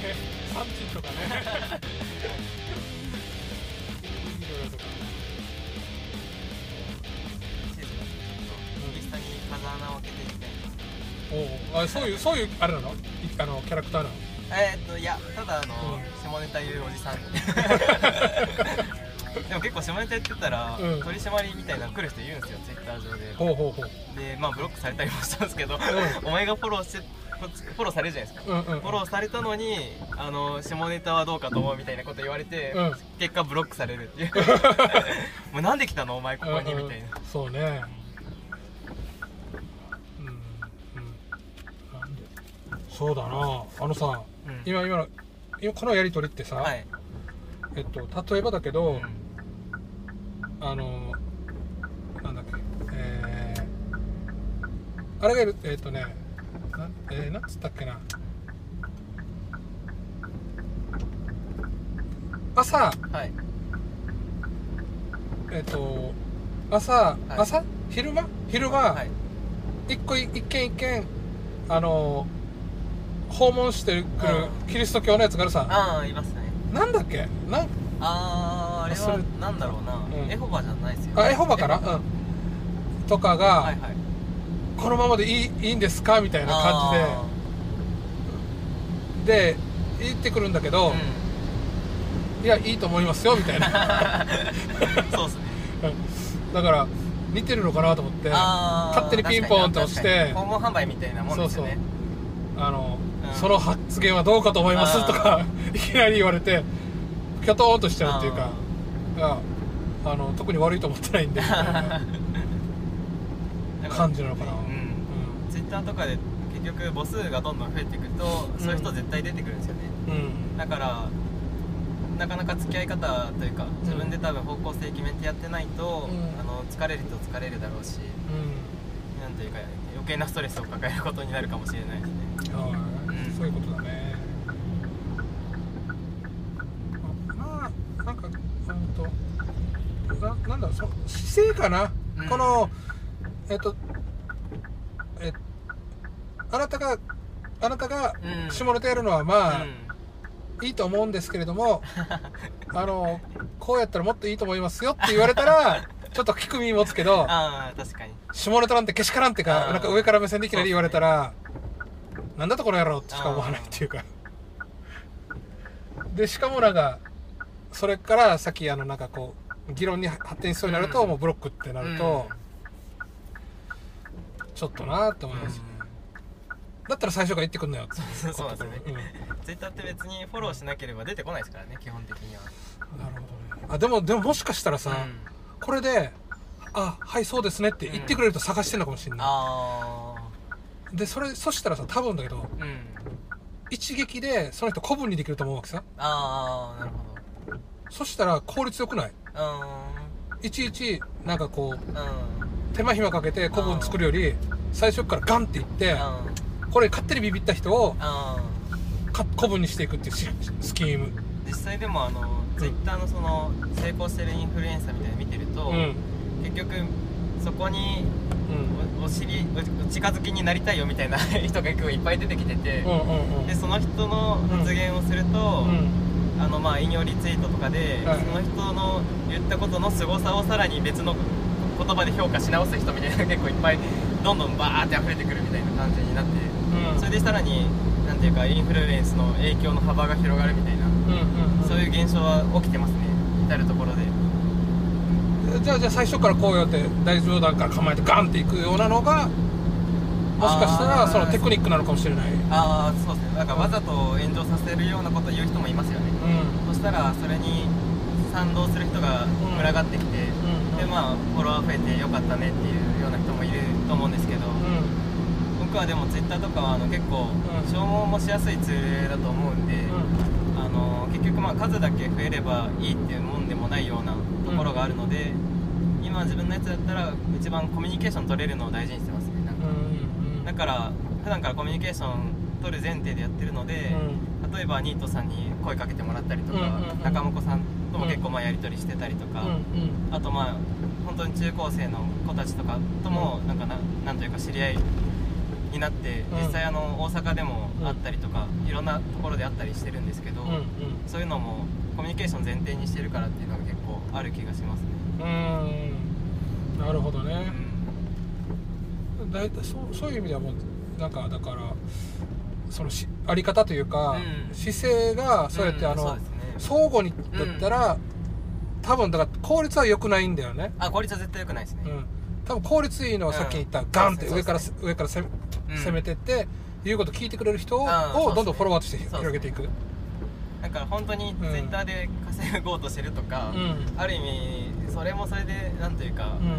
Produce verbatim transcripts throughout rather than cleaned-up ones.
サンチンとかね右下に風穴を開けてみたいな。おお、あ、そういうそういうあれなの？あのキャラクターなの？ えーっといや、ただあの、うん、下ネタ言うおじさんでも結構下ネタ言ってたら、うん、取り締まりみたいなの来る人いるんですよ、ツイッター上で。 ほうほうほう。 で、まあブロックされたりもしたんですけど、うん、お前がフォローしてフォローされるじゃないですか、うんうんうん、フォローされたのにあの下ネタはどうかと思うみたいなこと言われて、うん、結果ブロックされるっていうもうなんで来たのお前ここに、うんうん、みたいな。 そうね、うんうん、そうだな。あのさ、うん、今今の今このやり取りってさ、はい、えっと例えばだけど、うん、あのなんだっけ、えー、あれがいる、えっとねな、えー、なんつったっけな、朝、はい、えっと朝、はい、朝昼間昼間、はい、一個一軒一軒あの訪問してくるキリスト教のやつがあるさ。 ああ、いますね。 なんだっけ、なんあー、あれはなんだろうな、うん、エホバじゃないですよ、ね、 あ、エホバかな、うん、とかが、はいはい、このままでいい、いいんですかみたいな感じでで言ってくるんだけど、うん、いや、いいと思いますよみたいなそうっすねだから似てるのかなと思って勝手にピンポンって押して訪問販売みたいなもんですよね。 そうそう、あの、うん、その発言はどうかと思いますとかいきなり言われてキョトーンとしちゃうっていうか、いや、あの特に悪いと思ってないんで感じなのかな。 ツイッターとかで結局母数がどんどん増えていくと、うん、そういう人絶対出てくるんですよね、うん、だからなかなか付き合い方というか自分で多分方向性決めてやってないと、うん、あの疲れると疲れるだろうし、うん、なんというか余計なストレスを抱えることになるかもしれないですね。 あ、うん、そういうことだね。まあなんかうんと な, なんだそ姿勢かな、うん、このえっとえあなたがあなたが下ネタやるのはまあ、うん、いいと思うんですけれどもあのこうやったらもっといいと思いますよって言われたらちょっと聞く耳持つけど、 あ、確かに下ネタなんてけしからんってか、なんか上から目線でいきなり言われたら、なんだとこの野郎ってしか思わないっていうかで、しかもなんかそれからさっきあのなんかこう議論に発展しそうになると、うん、もうブロックってなると、うん、ちょっとなって思いますよね、うん、だったら最初から言ってくんなよってそうそうですね、うん、ツイッターって別にフォローしなければ出てこないですからね、基本的には。 なるほどね。あ、でもでももしかしたらさ、うん、これであ、はいそうですねって言ってくれると探してんのかもしれない、うん、あでそれそしたらさ、多分だけど、うん、一撃でその人古文にできると思うわけさ。 ああ、なるほど。 そしたら効率よくない？いちいちなんかこう手間暇かけて古文作るより最初からガンっていってこれ勝手にビビった人を古文にしていくっていうスキーム。 実際でもあのツイッターのその成功してるインフルエンサーみたいなの見てると、うん、結局そこにお, お尻お近づきになりたいよみたいな人が結構いっぱい出てきてて、うんうんうん、でその人の発言をすると、うん、あのまあ引用リツイートとかで、はい、その人の言ったことの凄さをさらに別の言葉で評価し直す人みたいなのが結構いっぱいどんどんバーって溢れてくるみたいな感じになって、うん、それでさらになんていうかインフルエンスの影響の幅が広がるみたいな、うんうんうん、そういう現象は起きてますね、至るところで。 じゃあじゃあ最初からこうやって大上段から構えてガンっていくようなのがもしかしたらそのテクニックなのかもしれない。 ああ、そうですね。だからわざと炎上させるようなことを言う人もいますよね、うん、そしたらそれに賛同する人が群がってきて、うん、でまあフォロワー増えてよかったねっていうような人もいると思うんですけど、うん、僕はでもツイッターとかはあの結構消耗もしやすいツールだと思うんで、うん、あの結局まあ数だけ増えればいいっていうもんでもないようなところがあるので、うん、今自分のやつだったら一番コミュニケーション取れるのを大事にしてますね。なんか、うん、だから普段からコミュニケーション取る前提でやってるので、うん、例えばニートさんに声かけてもらったりとか、うんうんうん、中本さんとも結構まあやり取りしてたりとか、うんうん、あとまあ本当に中高生の子たちとかともなんか な, なんというか知り合いになって、うん、実際あの大阪でもあったりとか、うん、いろんなところであったりしてるんですけど、うんうん、そういうのもコミュニケーション前提にしてるからっていうのが結構ある気がしますね。 うーん、なるほどね、うん、だいたい そ, そういう意味ではもうなんかだからそのしあり方というか、うん、姿勢がそうやってあの、うんね、相互にだったら、うん、多分だから効率は良くないんだよね。 あ、効率は絶対良くないですね、うん、 多分効率いいのはさっき言った、うん、ガンって上から、ね、上から攻 め,、うん、攻めてって言うこと聞いてくれる人を、うん、どんどんフォロワーとして広げていく。 だから本当にツイッターで稼ごうとしてるとか、うん、ある意味それもそれでなんというか、うん、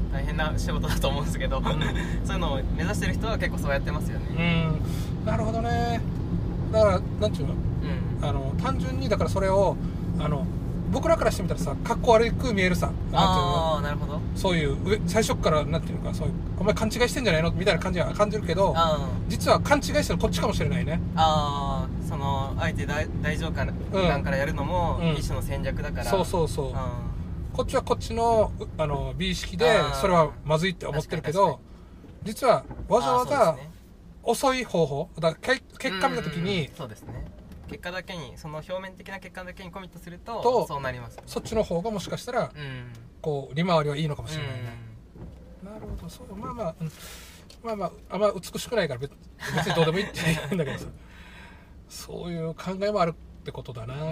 大変な仕事だと思うんですけど、うん、そういうのを目指してる人は結構そうやってますよね。 うん、なるほどね。だからなんていうの、うん、あの単純にだからそれをあの僕らからしてみたらさ、かっこ悪く見えるさ。 ああ、なるほど。 そういう上最初からなんていうのか、そういうお前勘違いしてんじゃないのみたいな感じは感じるけど、実は勘違いしてるのこっちかもしれないね。 ああ、そのあえて大大丈夫か段からやるのも、うん、一種の戦略だから。 そうそうそう。こっちはこっちのあの美意識でそれはまずいって思ってるけど、実はわざわざ遅い方法だから結果見たときに、 そうですね。結果だけにその表面的な結果だけにコミットすると、とそうなります、ね、 そっちの方がもしかしたら、うん、こう利回りはいいのかもしれないね、うん、なるほど。そう、まあまあ、うん、まあまああんま美しくないから 別, 別にどうでもいいって言うんだけどさそういう考えもあるってことだな、うん、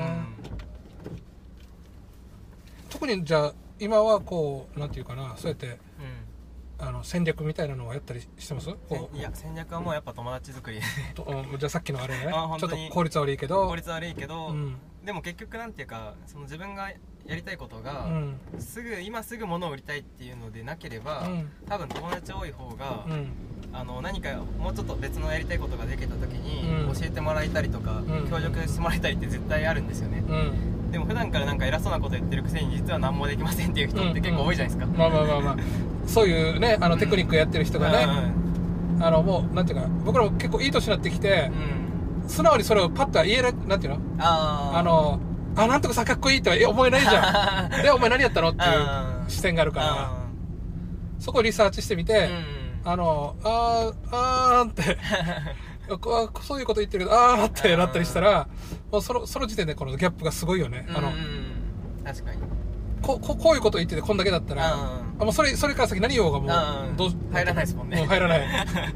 特にじゃあ今はこうなんていうかな、そうやって、うんあの戦略みたいなのはやったりしてます？いや、戦略はもうやっぱ友達作りと、うん、じゃあさっきのあれねあちょっと効率は悪いけど効率悪いけど、うん、でも結局なんていうか、その自分がやりたいことが、うん、すぐ今すぐ物を売りたいっていうのでなければ、うん、多分友達多い方が、うん、あの何かもうちょっと別のやりたいことができた時に、教えてもらえたりとか、協力してもらえたりって絶対あるんですよね、でも普段からなんか偉そうなこと言ってるくせに実は何もできませんっていう人って結構多いじゃないですか、 まあまあまあまあそういうね、あのテクニックやってる人がね、うん、あのもうなんていうか、僕らも結構いい年になってきて、うん、素直にそれをパッとは言えない、なんていうの、ああのあなんとかさかっこいいとは思えないじゃんでお前何やったのっていう視点があるからそこをリサーチしてみて、うん、あのあーあーってそういうこと言ってるけどあーってなったりしたら、もうそのその時点でこのギャップがすごいよね。あの、うん、 確かにこ, こ, こういうこと言っててこんだけだったら、うん、あもうそれそれから先何言おうがもう、うん、 どう入らないですもんね。 もう入らない、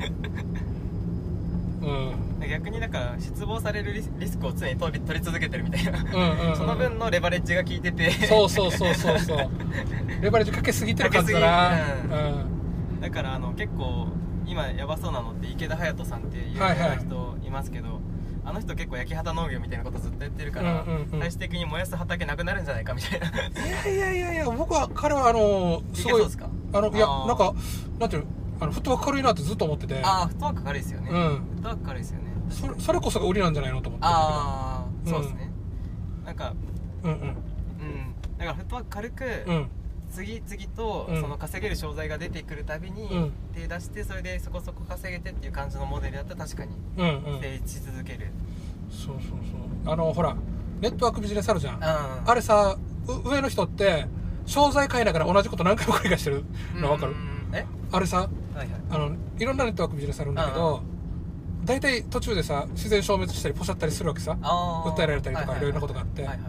うん、逆にだから失望されるリ ス, リスクを常に取り取り続けてるみたいな、うんうんうん、その分のレバレッジが効いててそうそうそうそうそうレバレッジかけすぎてる感じだな、うんうん、だからあの結構今やばそうなのって池田隼人さんっていうような人いますけど、はいはい、あの人結構焼き畑農業みたいなことずっとやってるから、うんうんうん、最終的に燃やす畑なくなるんじゃないかみたいないやいやいやいや、僕は彼はあのすごい、いけそうですか？あのいやなんかなんていうの、あのフットワーク軽いなってずっと思ってて。 ああ、フットワーク軽いですよね、うん、フットワーク軽いですよね。 そ れ, それこそが売りなんじゃないのと思って。 ああ、そうですね、うん、なんかうんうんうん、 だからフットワーク軽く、うん、次々とその稼げる商材が出てくるたびに手出して、それでそこそこ稼げてっていう感じのモデルだったら確かに成立し続ける、 うんうん、そうそうそう。あのほらネットワークビジネスあるじゃん、うん、あれさ、上の人って商材買いながら同じこと何回も繰り返してるの分かる？えあれさ、はいはい、あのいろんなネットワークビジネスあるんだけど、大体途中でさ自然消滅したりポシャったりするわけさ、訴えられたりとかいろいろなことがあって、はいはいはい、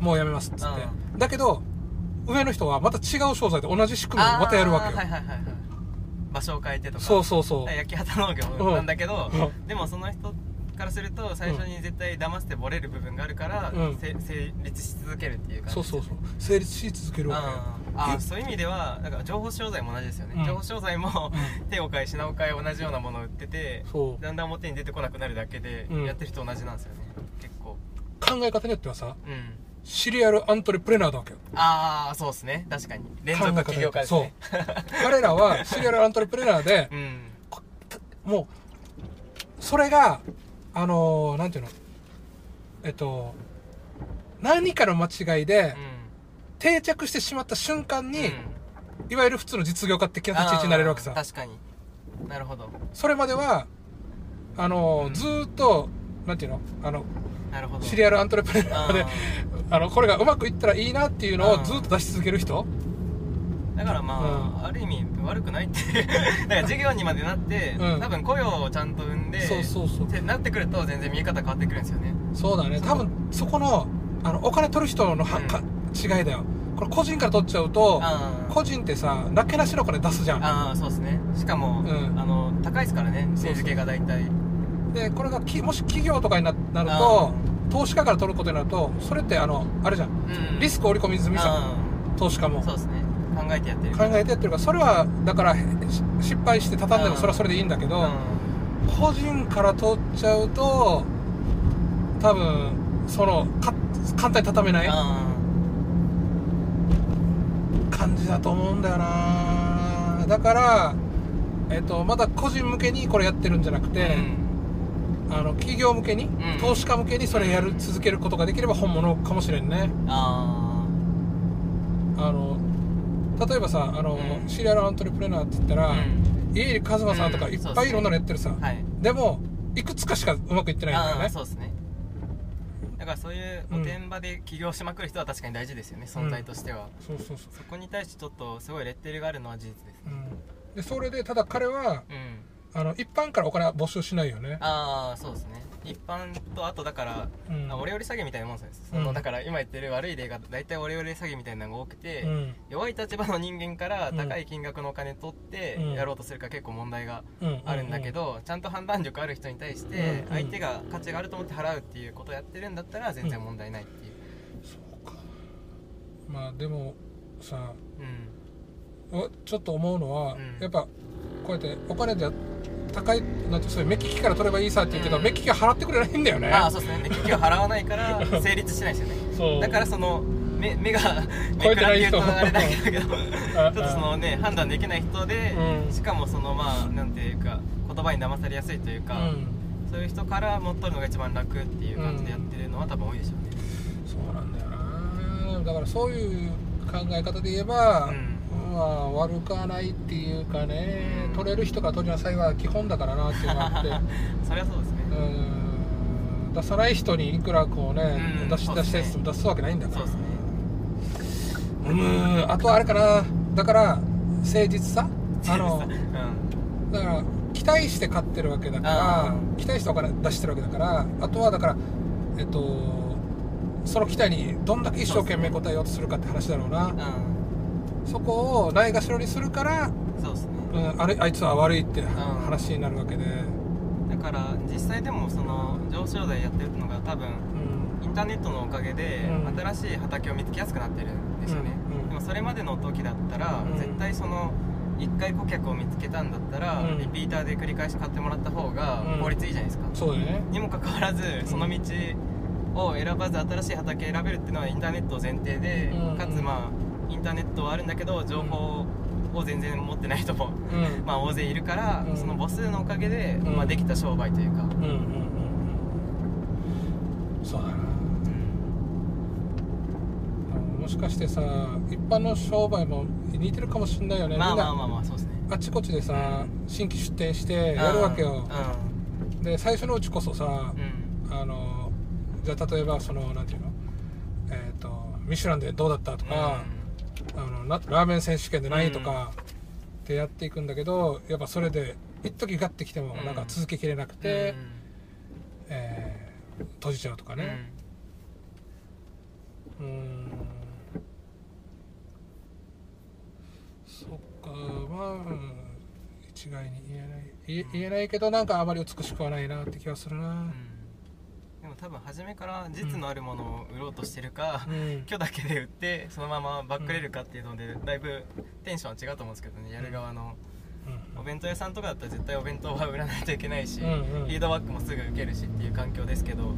もうやめますっつって、だけど上の人はまた違う商材で同じ仕組みをまたやるわけよ、はいはいはいはい、 場所を変えてとか、 そうそうそう、 焼き畑農業なんだけど、うん、でもその人からすると最初に絶対騙してボレる部分があるから、うん、成立し続けるっていう感じ、 そうそうそう、成立し続けるわけよ。 ああ、そういう意味ではだから情報商材も同じですよね、うん、情報商材も、うん、手を変え品を変え同じようなものを売ってて、だんだん表に出てこなくなるだけで、うん、やってる人同じなんですよね。結構考え方によってはさ、うん、シリアルアントレプレナーだわけよ。 ああ、そうですね、確かに連続起業家ですね。 そう彼らはシリアルアントレプレナーで、うん、もうそれがあのー、なんていうの、えっと何かの間違いで、うん、定着してしまった瞬間に、うん、いわゆる普通の実業家的な立ち位置になれるわけさ。 確かに、なるほど。 それまではあのーうん、ずーっとなんていうの、あのなるほど、 シリアルアントレプレナーであのこれがうまくいったらいいなっていうのをずっと出し続ける人、 だからまあ、うん、ある意味悪くないってだから授業にまでなって、うん、多分雇用をちゃんと生んでそうそうそうってなってくると全然見え方変わってくるんですよね。 そうだね。多分そこの、あのお金取る人のは、うん、か違いだよ。これ個人から取っちゃうと個人ってさなけなしのお金出すじゃん。 ああそうですね。しかも、うん、あの高いですからね政治系が大体でこれがきもし企業とかになると投資家から取ることになるとそれってあのあれじゃん、うん、リスク織り込み済みさ投資家もそうですね考えてやってる考えてやってるからそれはだから失敗して畳んでもそれはそれでいいんだけど、うん、個人から取っちゃうと多分そのか簡単に畳めない感じだと思うんだよな。だから、えっと、まだ個人向けにこれやってるんじゃなくて、うん、あの企業向けに、うん、投資家向けにそれやる続けることができれば本物かもしれんね。ああの例えばさあの、うん、シリアルアントレプレナーって言ったら、うん、家入一馬さんとかいっぱいいろんなのやってるさ、うんはい、でもいくつかしかうまくいってないんだよね。 そうですね。だからそういうおてんばで起業しまくる人は確かに大事ですよね、うん、存在としては、 うん、そうそうそう。 そこに対してちょっとすごいレッテルがあるのは事実ですね、 うん、でそれでただ彼は、うん、あの一般からお金は募集しないよね。 ああそうですね。一般とあとだから、うん、オレオレ詐欺みたいなもんです、うん、そのだから今言ってる悪い例が大体オレオレ詐欺みたいなのが多くて、うん、弱い立場の人間から高い金額のお金取ってやろうとするから結構問題があるんだけど、うんうんうん、ちゃんと判断力ある人に対して相手が価値があると思って払うっていうことをやってるんだったら全然問題ないっていう、 うん、そうか。まあでもさ、うん、ちょっと思うのは、うん、やっぱこうやってお金でやって高いなんてそういう目利きから取ればいいさって言うけど、うん、目利きは払ってくれないんだよね。 ああそうですね。目利きは払わないから成立しないですよね。そうだからその 目, 目が超えてない人目からっていうとあれだけどちょっとそのね判断できない人で、うん、しかもそのまあなんていうか言葉に騙されやすいというか、うん、そういう人から持っとるのが一番楽っていう感じでやってるのは多分多いでしょうね、 うん、そうなんだよな。だからそういう考え方で言えば、うんまあ、悪くはないっていうかね、うん、取れる人が取りなさいは基本だからなっていうのがあってそれはそうですね。 うん出さない人にいくらこうね、うん、出し出して出すわけないんだから。そうですね。うんあとはあれかなだから誠実さあの、うん、だから期待して買ってるわけだから期待してお金出してるわけだからあとはだからえっとその期待にどんだけ一生懸命応えようとするかって話だろうな。そこをないがしろにするからそうですね、うん、あれあいつは悪いって話になるわけで、 だから実際でもその上昇台やってるのが多分、うん、インターネットのおかげで新しい畑を見つけやすくなってるんですよね、うんうん、でもそれまでの時だったら、うん、絶対そのいっかい顧客を見つけたんだったら、うん、リピーターで繰り返し買ってもらった方が効率いいじゃないですか、うん、そうだね。にもかかわらずその道を選ばず新しい畑選べるっていうのはインターネットを前提で、うん、かつまあインターネットはあるんだけど情報を全然持ってない人も、うん、まあ大勢いるから、うん、その母数のおかげで、うんまあ、できた商売というか、うんうんうんうん、そうだな、うん、もしかしてさ一般の商売も似てるかもしれないよね。 まあまあまあまあそうですね。 あっちこっちでさ、うん、新規出店してやるわけよ、うん、で最初のうちこそさ、うん、あのじゃあ例えばそのなんていうのえっ、ー、とミシュランでどうだったとか、うんあのラーメン選手権でないとかってやっていくんだけど、やっぱそれで一時ガッてきてもなんか続けきれなくて、うんえー、閉じちゃうとかね、うん、うーんそっかまあ一概に言えない言え、言えないけどなんかあまり美しくはないなって気がするな、うんでも多分初めから実のあるものを売ろうとしてるか、うん、今日だけで売ってそのままバックれるかっていうのでだいぶテンションは違うと思うんですけどね、やる側の、うん、お弁当屋さんとかだったら絶対お弁当は売らないといけないし、うんうん、フィードバックもすぐ受けるしっていう環境ですけど、うん、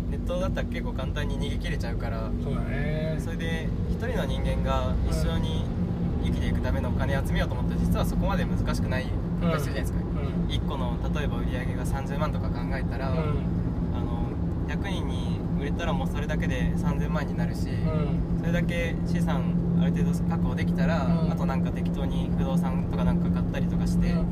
ネットだったら結構簡単に逃げ切れちゃうからそうだね。 それで一人の人間が一緒に生きていくためのお金を集めようと思ったら実はそこまで難しくないかったりするじゃないですか、うん、いっこの例えば売り上げがさんじゅうまんとか考えたら、うんひゃくにんに売れたらもうそれだけでさんぜんまんになるし、うん、それだけ資産ある程度確保できたら、うん、あとなんか適当に不動産とかなんか買ったりとかして、うん、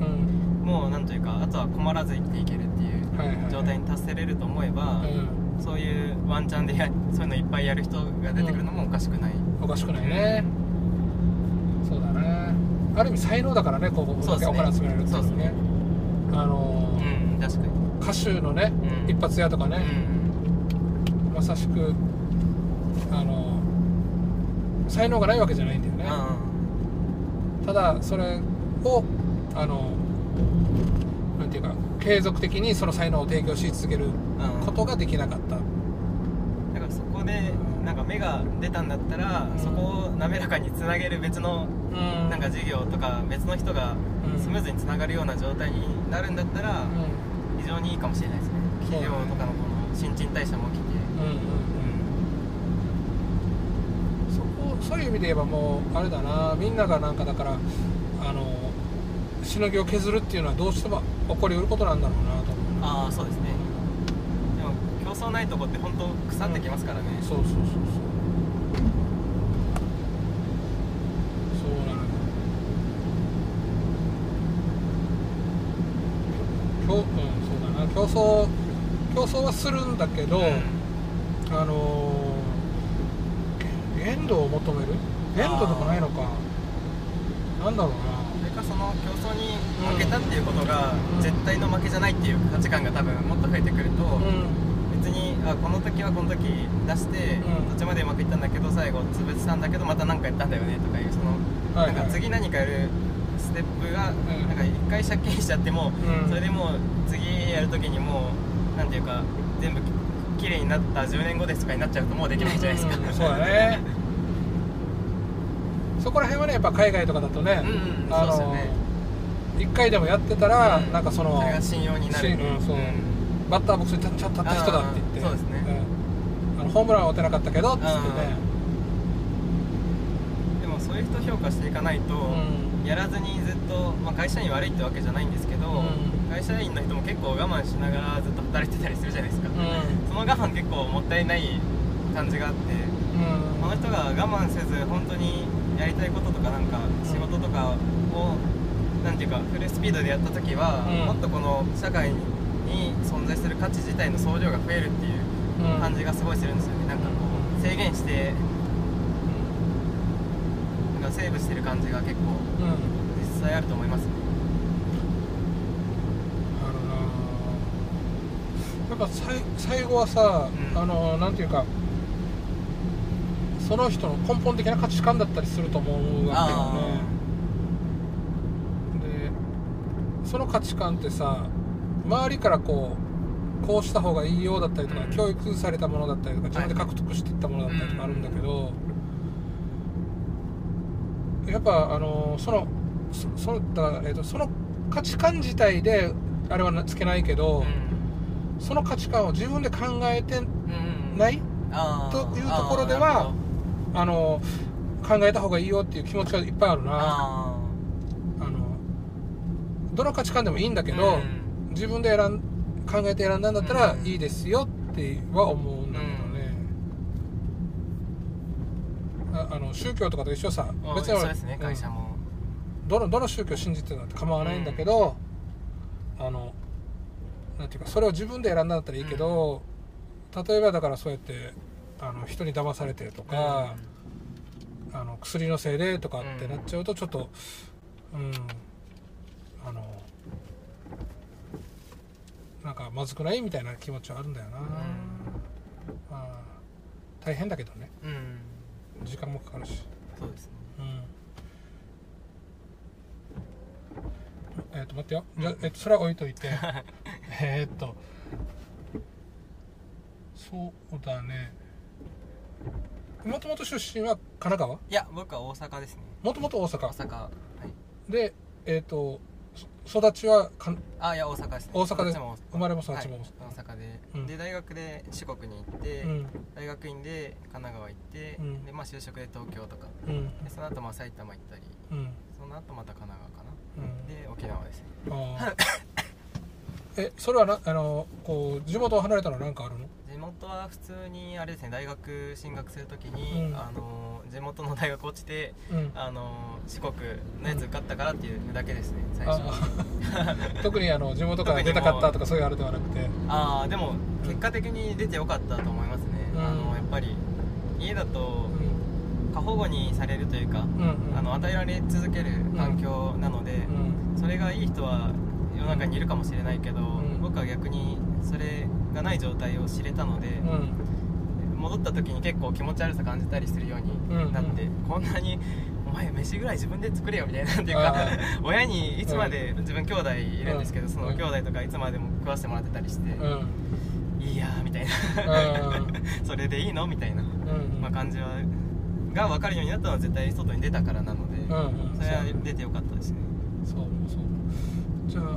もうなんというかあとは困らず生きていけるっていう状態に達せれると思えば、はいはいはい、そういうワンチャンでやそういうのいっぱいやる人が出てくるのもおかしくない、 うん、おかしくないね、うん、そうだね。 ある意味才能だからね、こうだけお金集められるっていうのはね。あのーうん、確かに歌手のね、うん、一発屋とかね、うん、まさしくあの才能がないわけじゃないんだよね、うん、ただそれをあのなんていうか継続的にその才能を提供し続けることができなかった、うん、 だからそこでなんか芽が出たんだったら、うん、そこを滑らかにつなげる別の、うん、なんか事業とか別の人がスムーズにつながるような状態になるんだったら、うん、非常にいいかもしれないですね。企業とかのこの新陳代謝も起きて、うんうんうん、そこそういう意味で言えばもうあれだな、みんながなんかだからあのしのぎを削るっていうのはどうしても起こりうることなんだろうなと思う。 ああそうですね。でも競争ないとこって本当腐ってきますからね、 うん、そうそうそうそうそうなの。競、うん、そうだな、競争競争はするんだけど、うん、あのー、限度を求める限度とかないのか、なんだろうな。 それかその競争に負けたっていうことが絶対の負けじゃないっていう価値観が多分もっと増えてくると、うん、別にあこの時はこの時出して、うん、途中までうまくいったんだけど最後潰したんだけどまた何かやったんだよねとかいうその、はいはい、なんか次何かやるステップが、うん、なんか一回借金しちゃっても、うん、それでもう次やる時にもうなんていうか全部綺麗になったじゅうねんごですとかになっちゃうともうできないじゃないですか、 うんうん、そうだねそこら辺はねやっぱ海外とかだとね、うんうん、あのそうですよね、いっかいでもやってたら、うん、なんかそのそれが信用になる、うんそううん、バッターボックスに立った人だって言ってそうですね、 うん、あのホームランは打てなかったけどって言ってね、 でもそういう人評価していかないと、うん、やらずにずっと、まあ、会社員悪いってわけじゃないんですけど、うん、会社員の人も結構我慢しながらずっと働いてたりするじゃないですか、うん、その我慢結構もったいない感じがあって、うん、この人が我慢せず本当にやりたいこととかなんか仕事とかをなんていうかフルスピードでやった時は、うん、もっとこの社会に存在する価値自体の総量が増えるっていう感じがすごいするんですよね。なんかこう制限してなんかセーブしてる感じが結構実際あると思いますね。 あるな。なんかさい最後はさ、うん、あのなんていうかその人の根本的な価値観だったりすると思うわけよね。でその価値観ってさ周りからこうこうした方がいいよだったりとか、うん、教育されたものだったりとか自分で獲得していったものだったりとかあるんだけど、うん、やっぱあのその そ, そ, だ、えー、とその価値観自体であれはつけないけど、うん、その価値観を自分で考えてない、うん、というところではあの考えた方がいいよっていう気持ちがいっぱいあるな。ああのどの価値観でもいいんだけど、うん、自分で選ん考えて選んだんだったらいいですよっては思うんだけどね、うん、あ, あの宗教とかと一緒さ、 別にそうですね、会社も、 うん、どのどの宗教を信じてるのって構わないんだけど、うん、あのなんていうかそれを自分で選んだんだったらいいけど、うん、例えばだからそうやってあの人に騙されてとか、うん、あの薬のせいでとかってなっちゃうとちょっと、うん、あのなんかまずくないみたいな気持ちはあるんだよな、うん、まあ、大変だけどね、うん、時間もかかるし。 そうですね、 うん、えっと待ってよ、じゃえっとそれは置いといてえっとそうだね、もともと出身は神奈川？いや、僕は大阪ですね。 もともと大阪。 大阪、はい。 で、えっ、ー、と育ちはかんあいや大阪ですね。 大阪で生まれも育ちも、はい、 大阪で、うん、で大学で四国に行って、うん、大学院で神奈川行って、うん、でまあ就職で東京とか、うん、でその後まあ埼玉行ったり、うん、その後また神奈川かな、うん、で沖縄ですね。あえそれはなあのこう地元を離れたのは何かあるの？ 地元は普通にあれですね、大学進学するときに、うん、あの地元の大学落ちて、うん、あの四国のやつ受かったからっていうだけですね、最初特にあの地元から出たかったとかそういうあれではなくて、 ああでも結果的に出てよかったと思いますね、うん、あのやっぱり家だと、 過保護にされるというか、うんうん、あの与えられ続ける環境なので、うん、それがいい人は世の中にいるかもしれないけど、うん、僕は逆にそれがない状態を知れたので、うん、戻った時に結構気持ち悪さ感じたりするようになって、うんうん、こんなにお前飯ぐらい自分で作れよみたいなっていうか親にいつまで、うん、自分兄弟いるんですけど、その兄弟とかいつまでも食わせてもらってたりして、うん、いいやみたいなそれでいいのみたいな、うんうん、まあ、感じはが分かるようになったのは絶対外に出たからなので、うんうん、それは出てよかったですね。 そうそうじゃあ、うん、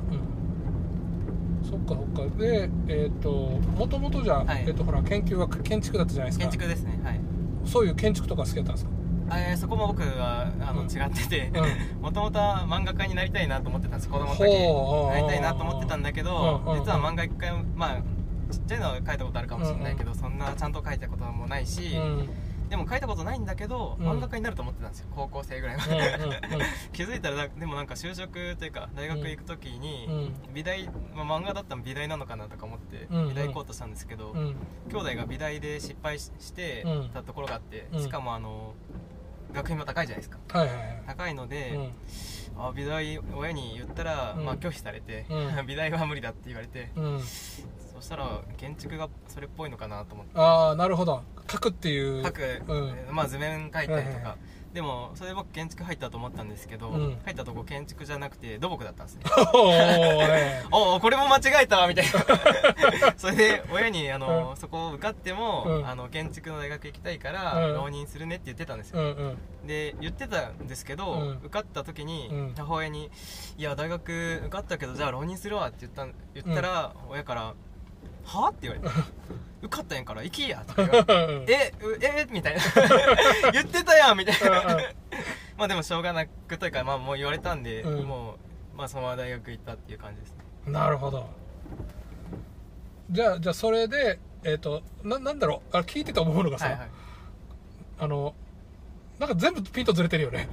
そっかそっか。でえっ、ー、ともともとじゃあ、はい、えー、とほら研究は建築だったじゃないですか。 建築ですね。はい。 そういう建築とか好きだったんですか？ あ、えー、そこも僕はあの、うん、違っててもともとは漫画家になりたいなと思ってたんです。子供の時なりたいなと思ってたんだけど、実は漫画一回、まあちっちゃいのは描いたことあるかもしれないけど、うんうん、そんなちゃんと描いたこともないし、うん、でも描いたことないんだけど、うん、漫画家になると思ってたんですよ、高校生ぐらいまで、うんうんうん、気づいたらだでもなんか就職というか大学行く時に、うん、美大、まあ、漫画だったら美大なのかなとか思って、うんうん、美大行こうとしたんですけど、うん、兄弟が美大で失敗してたところがあって、うん、しかもあの学費も高いじゃないですか、はいはいはい、高いので、うん、あ美大親に言ったら、うん、まあ、拒否されて、うん、美大は無理だって言われて、うん、そしたら建築がそれっぽいのかなと思って。 ああ、なるほど。書くっていう書く、うん、まあ図面書いたりとか、はいはいはい、でもそれで僕建築入ったと思ったんですけど、うん、入ったとこ建築じゃなくて土木だったんですねおおこれも間違えたわみたいなそれで親にあの、うん、そこを受かっても、うん、あの建築の大学行きたいから、うん、浪人するねって言ってたんですよ、うんうん、で言ってたんですけど、うん、受かった時に、うん、母親にいや大学受かったけどじゃあ浪人するわって言った言ったら、うん、親からはって言われて受かったんやから行きやとか言われてええみたいな言ってたやんみたいなまあでもしょうがなくというか、まあ、もう言われたんで、うん、もう、まあ、そのまま大学行ったっていう感じですね。 なるほど。じゃあじゃあそれでえっ、ー、と な, なんだろうあ聞いてて思うのがさ、はいはい、あのなんか全部ピンとずれてるよね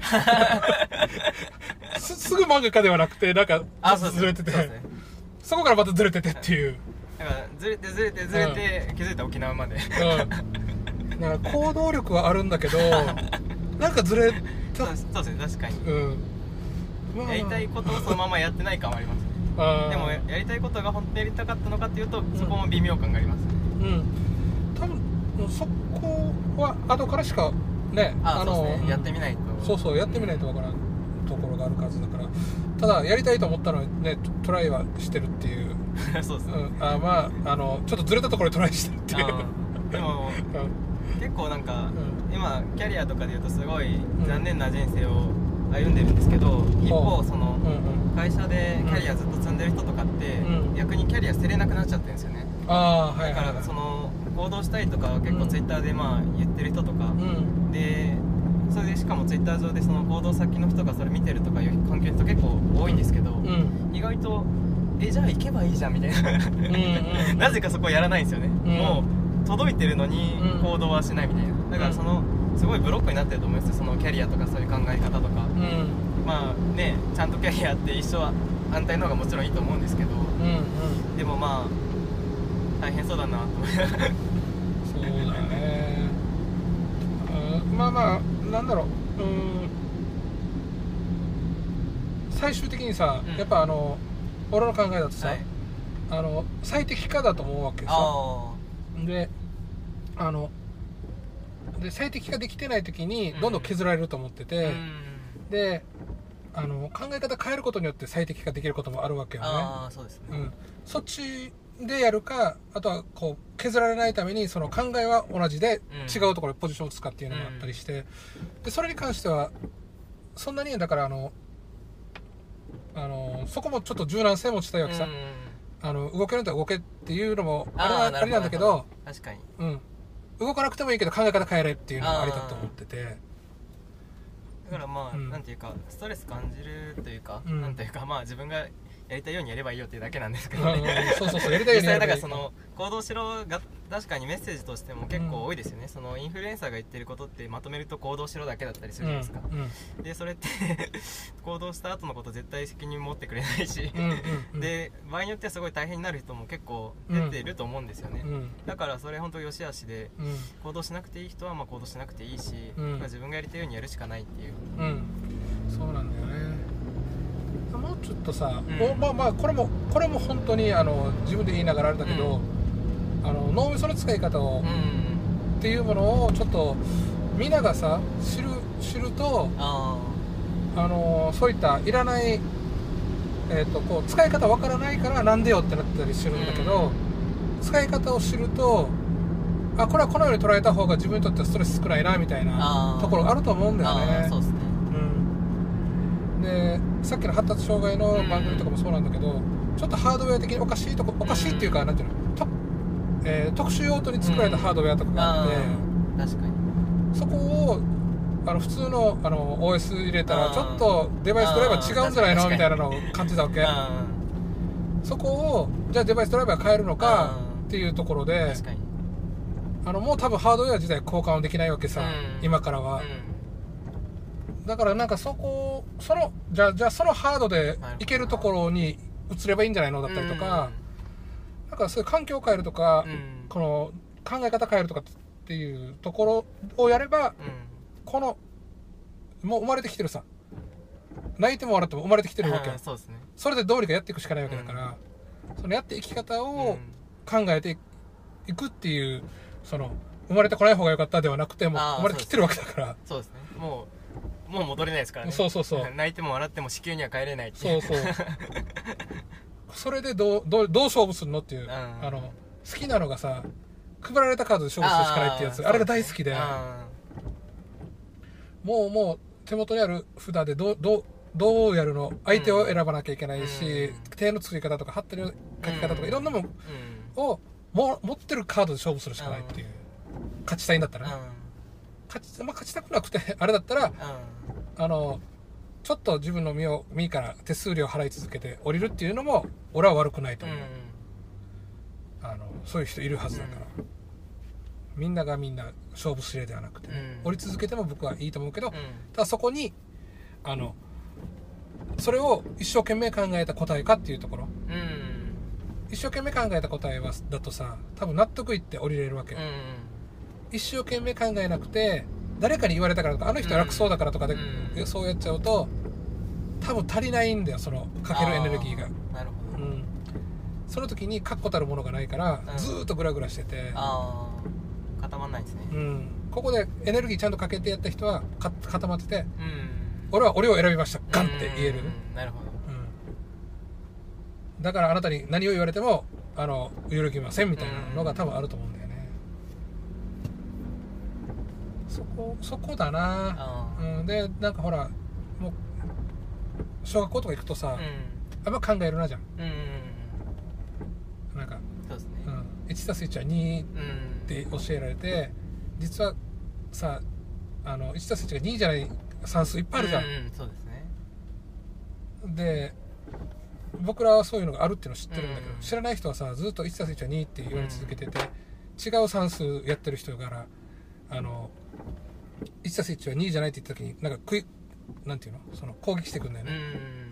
す, すぐ漫画家ではなくてなんかちょっとずれてて そ, う そ, う、ね、そこからまたずれててっていう、 だからずれてずれてずれて、うん、気づいた沖縄まで、 うん、だから行動力はあるんだけどなんかずれた。 そうそうですね、確かに、うんまあ、やりたいことをそのままやってない感はありますねあでもやりたいことが本当にやりたかったのかっていうと、うん、そこも微妙感がありますね。うん多分そこは後からしかねああのそうですね、やってみないとそうそうやってみないとわからんところがあるはずだから、ただやりたいと思ったのはねトライはしてるっていうそうですね、 うん、あまああのちょっとずれたところでトライしてるっていうでも、うん、結構なんか、うん、今キャリアとかでいうとすごい残念な人生を歩んでるんですけど、うん、一方その、うんうん、会社でキャリアずっと積んでる人とかって、うん、逆にキャリア捨てれなくなっちゃってるんですよね。あ、はいはいはい、だからその行動したいとか結構ツイッターでまあ言ってる人とか、うん、でそれでしかもツイッター上でその行動先の人がそれ見てるとかいう関係の人結構多いんですけど、うん、意外とえじゃあ行けばいいじゃんみたいなうん、なぜかそこはやらないんですよね、うん、もう届いてるのに行動はしないみたいな。だからそのすごいブロックになってると思うんですよ、そのキャリアとかそういう考え方とか、うん、まあねちゃんとキャリアって一生安泰の方がもちろんいいと思うんですけど、うんうん、でもまあ大変そうだなと思いながらそうだねまあまあなんだろう、うん、最終的にさ、うん、やっぱあの俺の考えだとさ、はい、あの最適化だと思うわけさ。であので最適化できてない時にどんどん削られると思ってて、うん、であの考え方変えることによって最適化できることもあるわけよね。 あそうですね、 うん、そっちでやるか、あとはこう削られないためにその考えは同じで違うところでポジションを使うっていうのがあったりして、でそれに関してはそんなにだからあのあのそこもちょっと柔軟性持ちたいわけさ、あの動けるんだったら動けっていうのもあれはありなんだけど、 確かに、 うん、動かなくてもいいけど考え方変えれっていうのがありだと思ってて、 だからまあ、うん、なんていうかストレス感じるというか、うん、なんていうかまあ自分がやりたいようにやればいいよっていうだけなんですけどね、うん、 そうそうそうやりたいようにやればいい。 実際だからその行動しろが確かにメッセージとしても結構多いですよね、うん、そのインフルエンサーが言ってることってまとめると行動しろだけだったりするじゃないですか、うんうん、でそれって行動した後のこと絶対責任持ってくれないし、うんうんうん、で場合によってはすごい大変になる人も結構出ていると思うんですよね、うん、だからそれ本当良し悪しで、うん、行動しなくていい人はまあ行動しなくていいし、うん、自分がやりたいようにやるしかないっていう、 うん、そうなんだよね。もうちょっとさ、うん、まあまあこれもこれも本当にあの自分で言いながらあれだけど、うん、あの脳みその使い方を、うん、っていうものをちょっとみんながさ知る知ると あ, あのそういったいらない、えー、とこう使い方わからないからなんでよってなったりするんだけど、うん、使い方を知るとあこれはこのように捉えた方が自分にとってはストレス少ないなみたいなところあると思うんだよね。 そうですね、 うん、でさっきの発達障害の番組とかもそうなんだけど、うん、ちょっとハードウェア的におかしいとこおかしいっていうか、うん、なんていうのと、えー、特殊用途に作られたハードウェアとかがあって、 うん、確かにそこをあの普通 の, あの オーエス 入れたらちょっとデバイスドライバー違うんじゃないのみたいなのを感じたわけ。そこをじゃあデバイスドライバー変えるのかっていうところで、確かにあのもう多分ハードウェア自体交換はできないわけさ、うん、今からは、うん、だからなんかそこそのじゃあじゃあそのハードでいけるところに移ればいいんじゃないのだったりとか、うん、なんかそういう環境を変えるとか、うん、この考え方変えるとかっていうところをやれば、うん、このもう生まれてきてるさ泣いても笑っても生まれてきてるわけ、 そうですね、 それでどうにかやっていくしかないわけだから、うん、そのやっていき方を考えていくっていう、その生まれてこない方が良かったではなくても生まれてきてるわけだから、 そうですね、もうもう戻れないですからね。 そうそうそう泣いても笑っても子宮には帰れないっていう。 そうそうそれでどうどうどう勝負するのっていう、あの好きなのがさ配られたカードで勝負するしかないってやつ、 あ, あれが大好きで、もうもう手元にある札でどうどうどうやるの、相手を選ばなきゃいけないし、うん、手の作り方とか貼ってる書き方とか、うん、いろんなものをも持ってるカードで勝負するしかないっていう、うん、勝ちたいんだったら、ね、うん、勝ち、まあ、勝ちたくなくてあれだったら、うん、あのちょっと自分の身を身から手数料払い続けて降りるっていうのも俺は悪くないと思う、うん、あのそういう人いるはずだから、うん、みんながみんな勝負するではなくて、うん、降り続けても僕はいいと思うけど、うん、ただそこにあのそれを一生懸命考えた答えかっていうところ、うん、一生懸命考えた答えはだとさ多分納得いって降りれるわけ、うん、一生懸命考えなくて誰かに言われたからとかあの人楽そうだからとかで、うん、そうやっちゃうと多分足りないんだよ、そのかけるエネルギーが。 なるほど、うん、 その時に確固たるものがないから、うん、ずーっとグラグラしてて、 あ固まんないですね、 うん、ここでエネルギーちゃんとかけてやった人はか固まってて、うん、俺は俺を選びましたガンって言える、 うん、なるほど、 うん、だからあなたに何を言われてもあの揺るぎませんみたいなのが多分あると思うんだよね、うん、そこそこだな、うん、でなんかほらもう小学校とか行くとさ、うん、あんま考えるなじゃん、うんうん、なんかそうですね、 うん、いちたすいちはにって教えられて、実はさあのいちたすいちがにじゃない算数いっぱいあるじゃん、 うんうん、そうですね。 で僕らはそういうのがあるっていうのを知ってるんだけど、うん、知らない人はさずっといちたすいちはにって言われ続けてて、うん、違う算数やってる人からあのいちたすいちはにじゃないって言った時になんか食いなんていうのその攻撃してくんだよね、うん、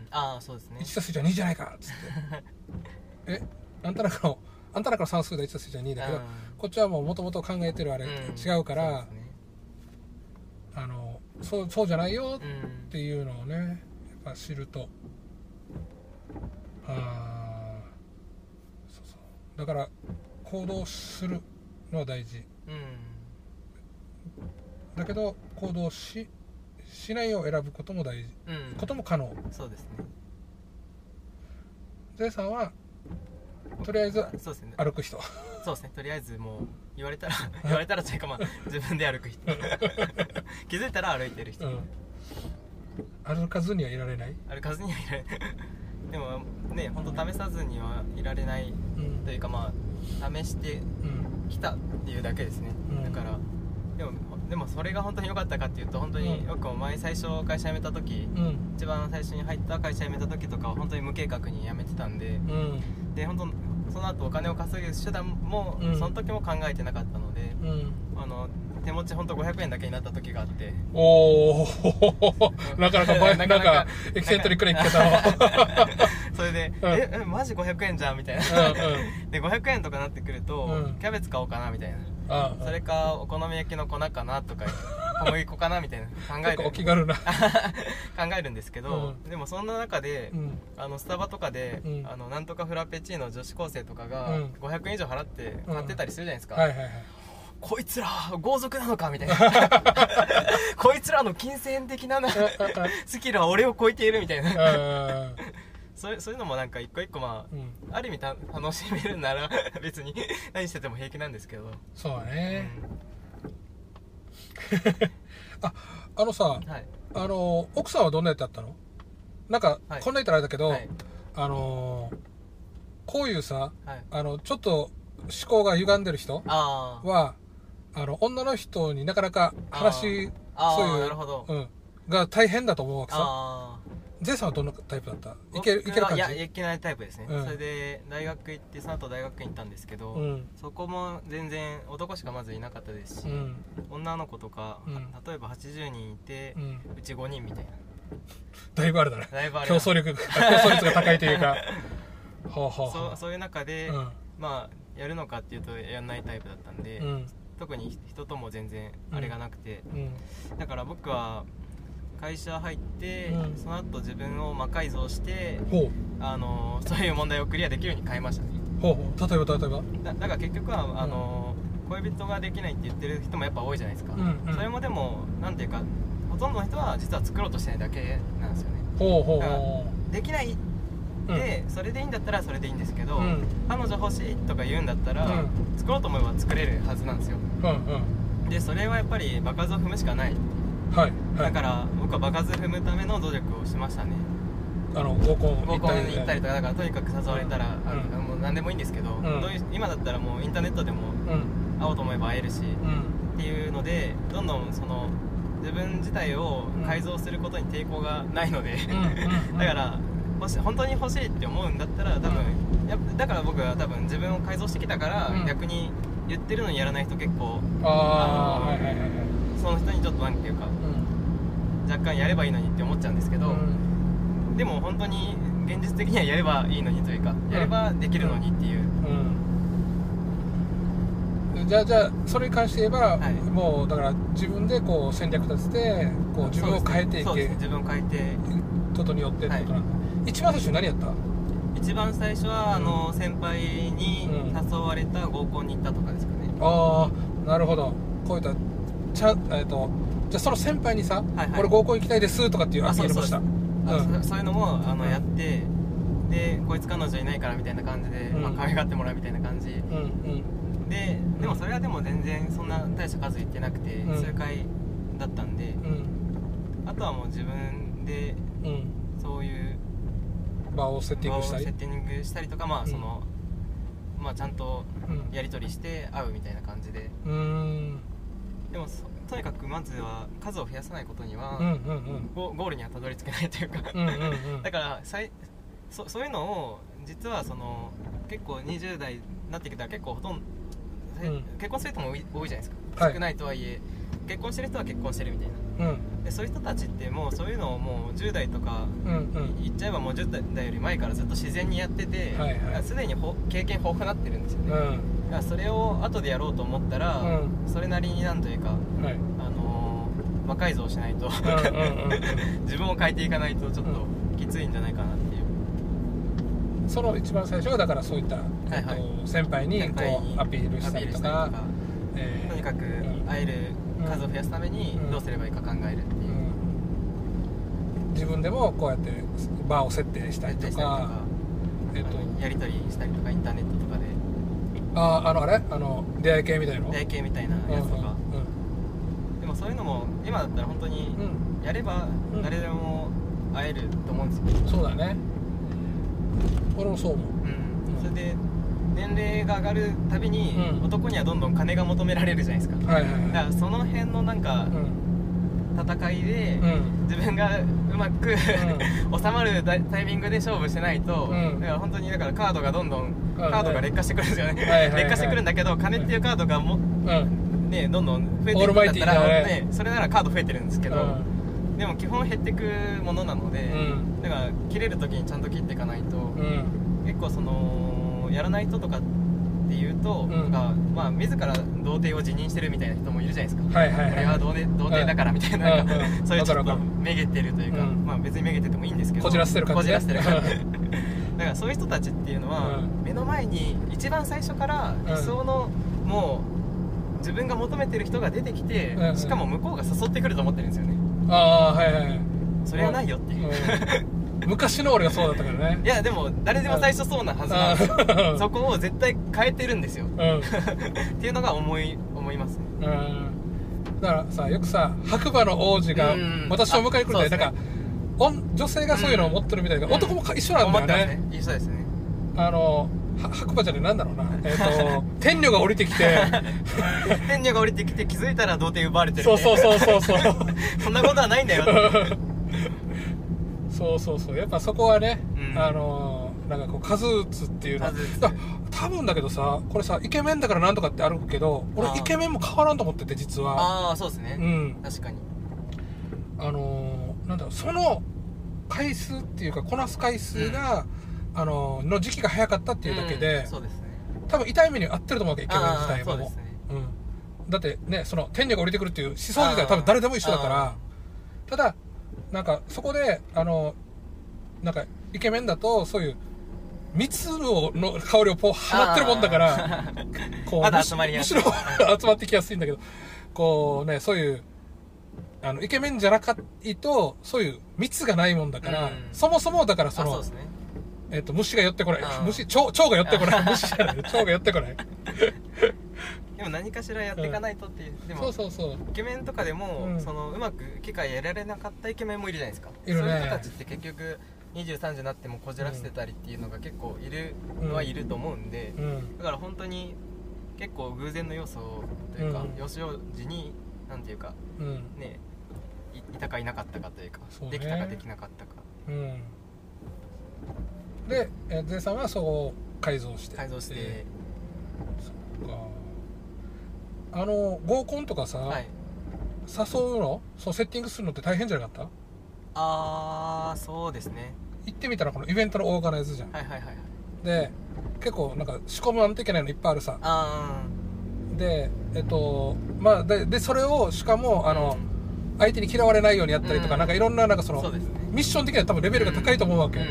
ああそうですね、 いちたすいちはにじゃないかっつってえあんたなんかのあんたなんかの算数でいちたすいちはにだけど、うん、こっちはもう元々考えてるあれ、うん、違うから、ね、あのそう、そうじゃないよっていうのをね、やっぱ知ると、あそうそうだから行動するのは大事、うん、だけど行動ししないを選ぶことも大事、うん、ことも可能。 そうですね。 ゼイさんはとりあえず歩く人。 そうですね。とりあえずもう言われたら言われたらというかまあ自分で歩く人。気づいたら歩いてる人。うん、 歩かずにはいられない。 歩かずにはいられない。でもね本当試さずにはいられない、うん、というかまあ試してきたっていうだけですね。うん、だからでもでもそれが本当に良かったかっていうと本当に僕も前最初会社辞めた時、うん、一番最初に入った会社辞めた時とかは本当に無計画に辞めてたんで、うん、で本当その後お金を稼ぐ手段も、うん、その時も考えてなかったので、うん、あの手持ちほんとごひゃくえんだけになった時があって、 おおなかなかなかなかエキセントリックな生き方をそれで、うん、ええマジごひゃくえんじゃんみたいな、うんうん、でごひゃくえんとかなってくると、うん、キャベツ買おうかなみたいな、うん、それかお好み焼きの粉かなとか小麦粉かなみたいな考えるお気軽な考えるんですけど、うん、でもそんな中で、うん、あのスタバとかで、うん、あのなんとかフラペチーノ女子高生とかがごひゃくえん以上払って買ってたりするじゃないですか、うんはいはいはい、こいつら豪族なのかみたいなこいつらの金銭的なスキルは俺を超えているみたいなそうそういうのもなんか一個一個まあ、うん、ある意味た楽しめるなら別に何してても平気なんですけど。 そうだね、うん、ああのさ、はい、あの奥さんはどんなやつだったの？なんか、はい、こんな言ったらあれだけど、はい、あのこういうさ、はい、あのちょっと思考が歪んでる人はあの女の人になかなか話そういう、 なるほど、 うん、が大変だと思うわけさ。ゼイさんはどんなタイプだった？いけるいける感じ？いや、 いけないタイプですね、うん、それで大学行ってその後大学院行ったんですけど、うん、そこも全然男しかまずいなかったですし、うん、女の子とか、うん、例えばはちじゅうにんいて、うん、うちごにんみたいな、 だいぶあるだね。 だいぶある競争力競争率が高いというかほうほうほう、 そう、そういう中で、うん、まあやるのかっていうとやらないタイプだったんで、うん、特に人とも全然あれがなくて、うん、だから僕は会社入って、うん、その後自分を魔改造してあのそういう問題をクリアできるように変えましたね。 ほうほう、例えば例えばだ, だから結局は、うん、あの恋人ができないって言ってる人もやっぱ多いじゃないですか、うんうん、それもでもなんていうかほとんどの人は実は作ろうとしてないだけなんですよね。 ほうほうほう、できないで、うん、それでいいんだったらそれでいいんですけど、うん、彼女欲しいとか言うんだったら、うん、作ろうと思えば作れるはずなんですよ、うんうん、でそれはやっぱり場数を踏むしかない、はいはい、だから僕は場数踏むための努力をしましたね。 あの合コン合コンに行ったりとか、だからとにかく誘われたら、うん、あのもう何でもいいんですけど、うん、どういう今だったらもうインターネットでも会おうと思えば会えるし、うん、っていうのでどんどんその自分自体を改造することに抵抗がないので、うん、だから欲し本当に欲しいって思うんだったら多分、うん、やだから僕は多分自分を改造してきたから、うん、逆に言ってるのにやらない人結構ああの、はいはいはい、その人にちょっとなんていうか、うん、若干やればいいのにって思っちゃうんですけど、うん、でも本当に現実的にはやればいいのにというか、やればできるのにっていう、 うんうん、じゃあじゃあそれに関して言えば、はい、もうだから自分でこう戦略立ててこう自分を変えていけ、 そうですね、自分を変えてことによってってことなんだ、はい、一番最初何やった？ 一番最初は、うん、あの先輩に誘われた合コンに行ったとかですかね、 うん、ああなるほど。こういったちゃん、えー、とじゃあその先輩にさ、はいはい、俺合コン行きたいですとかっていうアピールもした。 そう、うん、そういうのもあの、うん、やってでこいつ彼女いないからみたいな感じで、うん、まあ、可愛がってもらうみたいな感じ、うんうん、ででもそれはでも全然そんな大した数いってなくて、うん、数回だったんで、うん、あとはもう自分で、うん、そういう場をセッティングしたりセッティングしたりとか、まあそのうん、まあちゃんとやり取りして会うみたいな感じで、うん、でもとにかくまずは数を増やさないことには、うんうんうん、ゴ, ゴールにはたどり着けないというかうんうん、うん、だからさい そ, そういうのを実はその結構にじゅう代になってきたら結構ほとんど、うん、結婚する人も多い、多いじゃないですか、はい、少ないとはいえ結婚してる人は結婚してるみたいな、うん、でそういう人たちってもうそういうのをもうじゅう代とか言っちゃえばもうじゅう代より前からずっと自然にやってて、はいはい、すでに経験豊富になってるんですよね、うん、だからそれを後でやろうと思ったら、うん、それなりになんというか、はい、あのー、魔改造しないと自分を変えていかないとちょっときついんじゃないかなっていう、 うん、その一番最初はだからそういった、はいはい、えっと、先輩にこうアピールしたりとか、 えー、とにかく会える数を増やすためにどうすればいいか考えるっていう、うん、 自分でもこうやってバーを設定したりとか、 えっと、やり取りしたりとかインターネットとかで、 ああのあれあの出会い系みたいな出会い系みたいなやつとか、うんうんうん、でもそういうのも今だったら本当にやれば誰でも会えると思うんですよ、 うん、そうだね、俺もそう思う、 うん、それで年齢が上がるたびに、うん、男にはどんどん金が求められるじゃないですか、はいはいはい、だからその辺のなんか、うん、戦いで、うん、自分がうまく、うん、収まるタイミングで勝負してないと、うん、だから本当にだからカードがどんどんカードが劣化してくるんですよね、 はいはいはい、 劣化してくるんだけど金っていうカードがも、うんね、どんどん増えていくんだったら、 ねね、それならカード増えてるんですけど、うん、でも基本減っていくものなので、うん、だから切れる時にちゃんと切っていかないと、うん、結構そのやらない人とかっていうと、うん、かまあ、自ら童貞を辞任してるみたいな人もいるじゃないですか、はいはいはい、俺は童貞、童貞だからみたいな、なんか、うん、そういうちょっとめげてるというか、うん、まあ、別にめげててもいいんですけどこじらせてる感じ、ね、 こじらせてる感じだからそういう人たちっていうのは、うん、目の前に一番最初から理想の、うん、もう自分が求めてる人が出てきて、うん、しかも向こうが誘ってくると思ってるんですよね。 ああはいはい、 それはないよっていう、 うん、昔の俺がそうだったからね。 いやでも誰でも最初そうなはずなんですよ。そこを絶対変えてるんですよ、うん、っていうのが思い思いますね。 うん、だからさよくさ白馬の王子が私を迎えに来るんで、うん、なんか女性がそういうのを持ってるみたいだけど、うん、男も一緒なんだよね。 一緒ですね。 あの白馬じゃねえなんだろうな、えーと天女が降りてきて天女が降りてきて気づいたら童貞奪われてる、 ね、そうそうそうそうそうそんなことはないんだよそうそうそう、やっぱそこはね、うん、あのなんかこう数打つっていうのは多分だけどさ、これさイケメンだからなんとかってあるけど、俺イケメンも変わらんと思ってて実は。 ああそうですね、うん、確かにあのなんだろう、その回数っていうかこなす回数が、うん、あのの時期が早かったっていうだけで、うん、そうですね、多分痛い目に合ってると思うわけ、イケメン自体も。そうですね、うん、だってね、その天女が降りてくるっていう思想自体は多分誰でも一緒だから、ただなんかそこであのなんかイケメンだとそういう蜜の香りをこう放ってるもんだからこうまだ集まりやすい、 むしろ集まってきやすいんだけど、こうね、そういうあのイケメンじゃなかいとそういう蜜がないもんだから、うん、そもそもだからその、そうですね、えー、と虫が寄ってこない、虫、蝶、蝶が寄ってこない虫じゃない蝶が寄ってこないでも何かしらやっていかないとっていう、うん、でもそうそうそう、 イケメンとかでも、うん、そのうまく機会得られなかったイケメンもいるじゃないですか。 いるね。 そういう人たちって結局にじゅうさんじになってもこじらせてたりっていうのが結構いるのはいると思うんで、うん、だから本当に結構偶然の要素というか、うん、よしよじになんていうか、うん、ね、い, いたかいなかったかというか、う、ね、できたかできなかったか、うん、 で、えゼイさんはそう改造して改造してそっか、あの合コンとかさ、はい、誘うの、そうセッティングするのって大変じゃなかった？ ああそうですね。 行ってみたらこのイベントのオーガナイズじゃん。 はいはいはい、 で結構なんか仕込まんといけないのいっぱいあるさ。あでえっとまあででそれをしかもあの、うん、相手に嫌われないようにやったりとか、うん、なんかいろんななんかそのそうです、ね、ミッション的には多分レベルが高いと思うわけ、うん、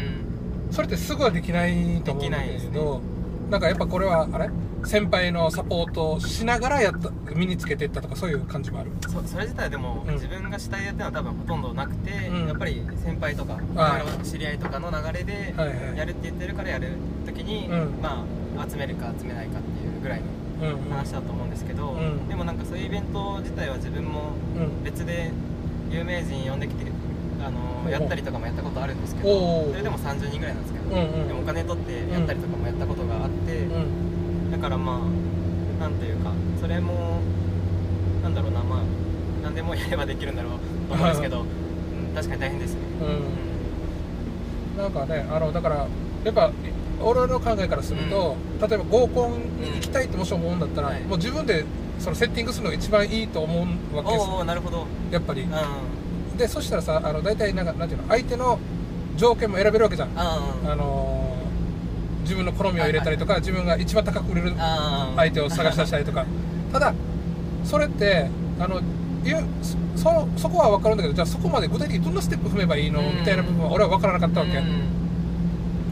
それってすぐはできないと思うんだけど、ね、なんかやっぱこれはあれ先輩のサポートをしながらやった身につけていったとかそういう感じもある。 そ, それ自体でも、うん、自分が主体やってるのは多分ほとんどなくて、うん、やっぱり先輩とか知り合いとかの流れでやるって言ってるからやる時に、はいはい、まあ集めるか集めないかっていうぐらいの話だと思うんですけど、うんうん、でもなんかそういうイベント自体は自分も別で有名人呼んできてあの、うん、やったりとかもやったことあるんですけど、それでもさんじゅうにんぐらいなんですけど、うんうん、でもお金取ってやったりとかもやったことがあって、うん、だからまあなんていうかそれもなんだろうな、まあ何でもやればできるんだろうと思うんですけど、うん、確かに大変ですね、 うん、なんかね、あのだからやっぱ俺の考えからすると、うん、例えば合コンに行きたいってもし思うんだったら、うん、もう自分でそのセッティングするのが一番いいと思うわけです。 おー、なるほど。 やっぱり、うん、でそしたらさ、あの大体なんかなんていうの、相手の条件も選べるわけじゃん、うん、あのー、自分の好みを入れたりとか、はいはい、自分が一番高く売れる相手を探し出したりとかただそれってあのそ, そこは分かるんだけど、じゃあそこまで具体的にどんなステップ踏めばいいの、うん、みたいな部分は俺は分からなかったわけ、うん、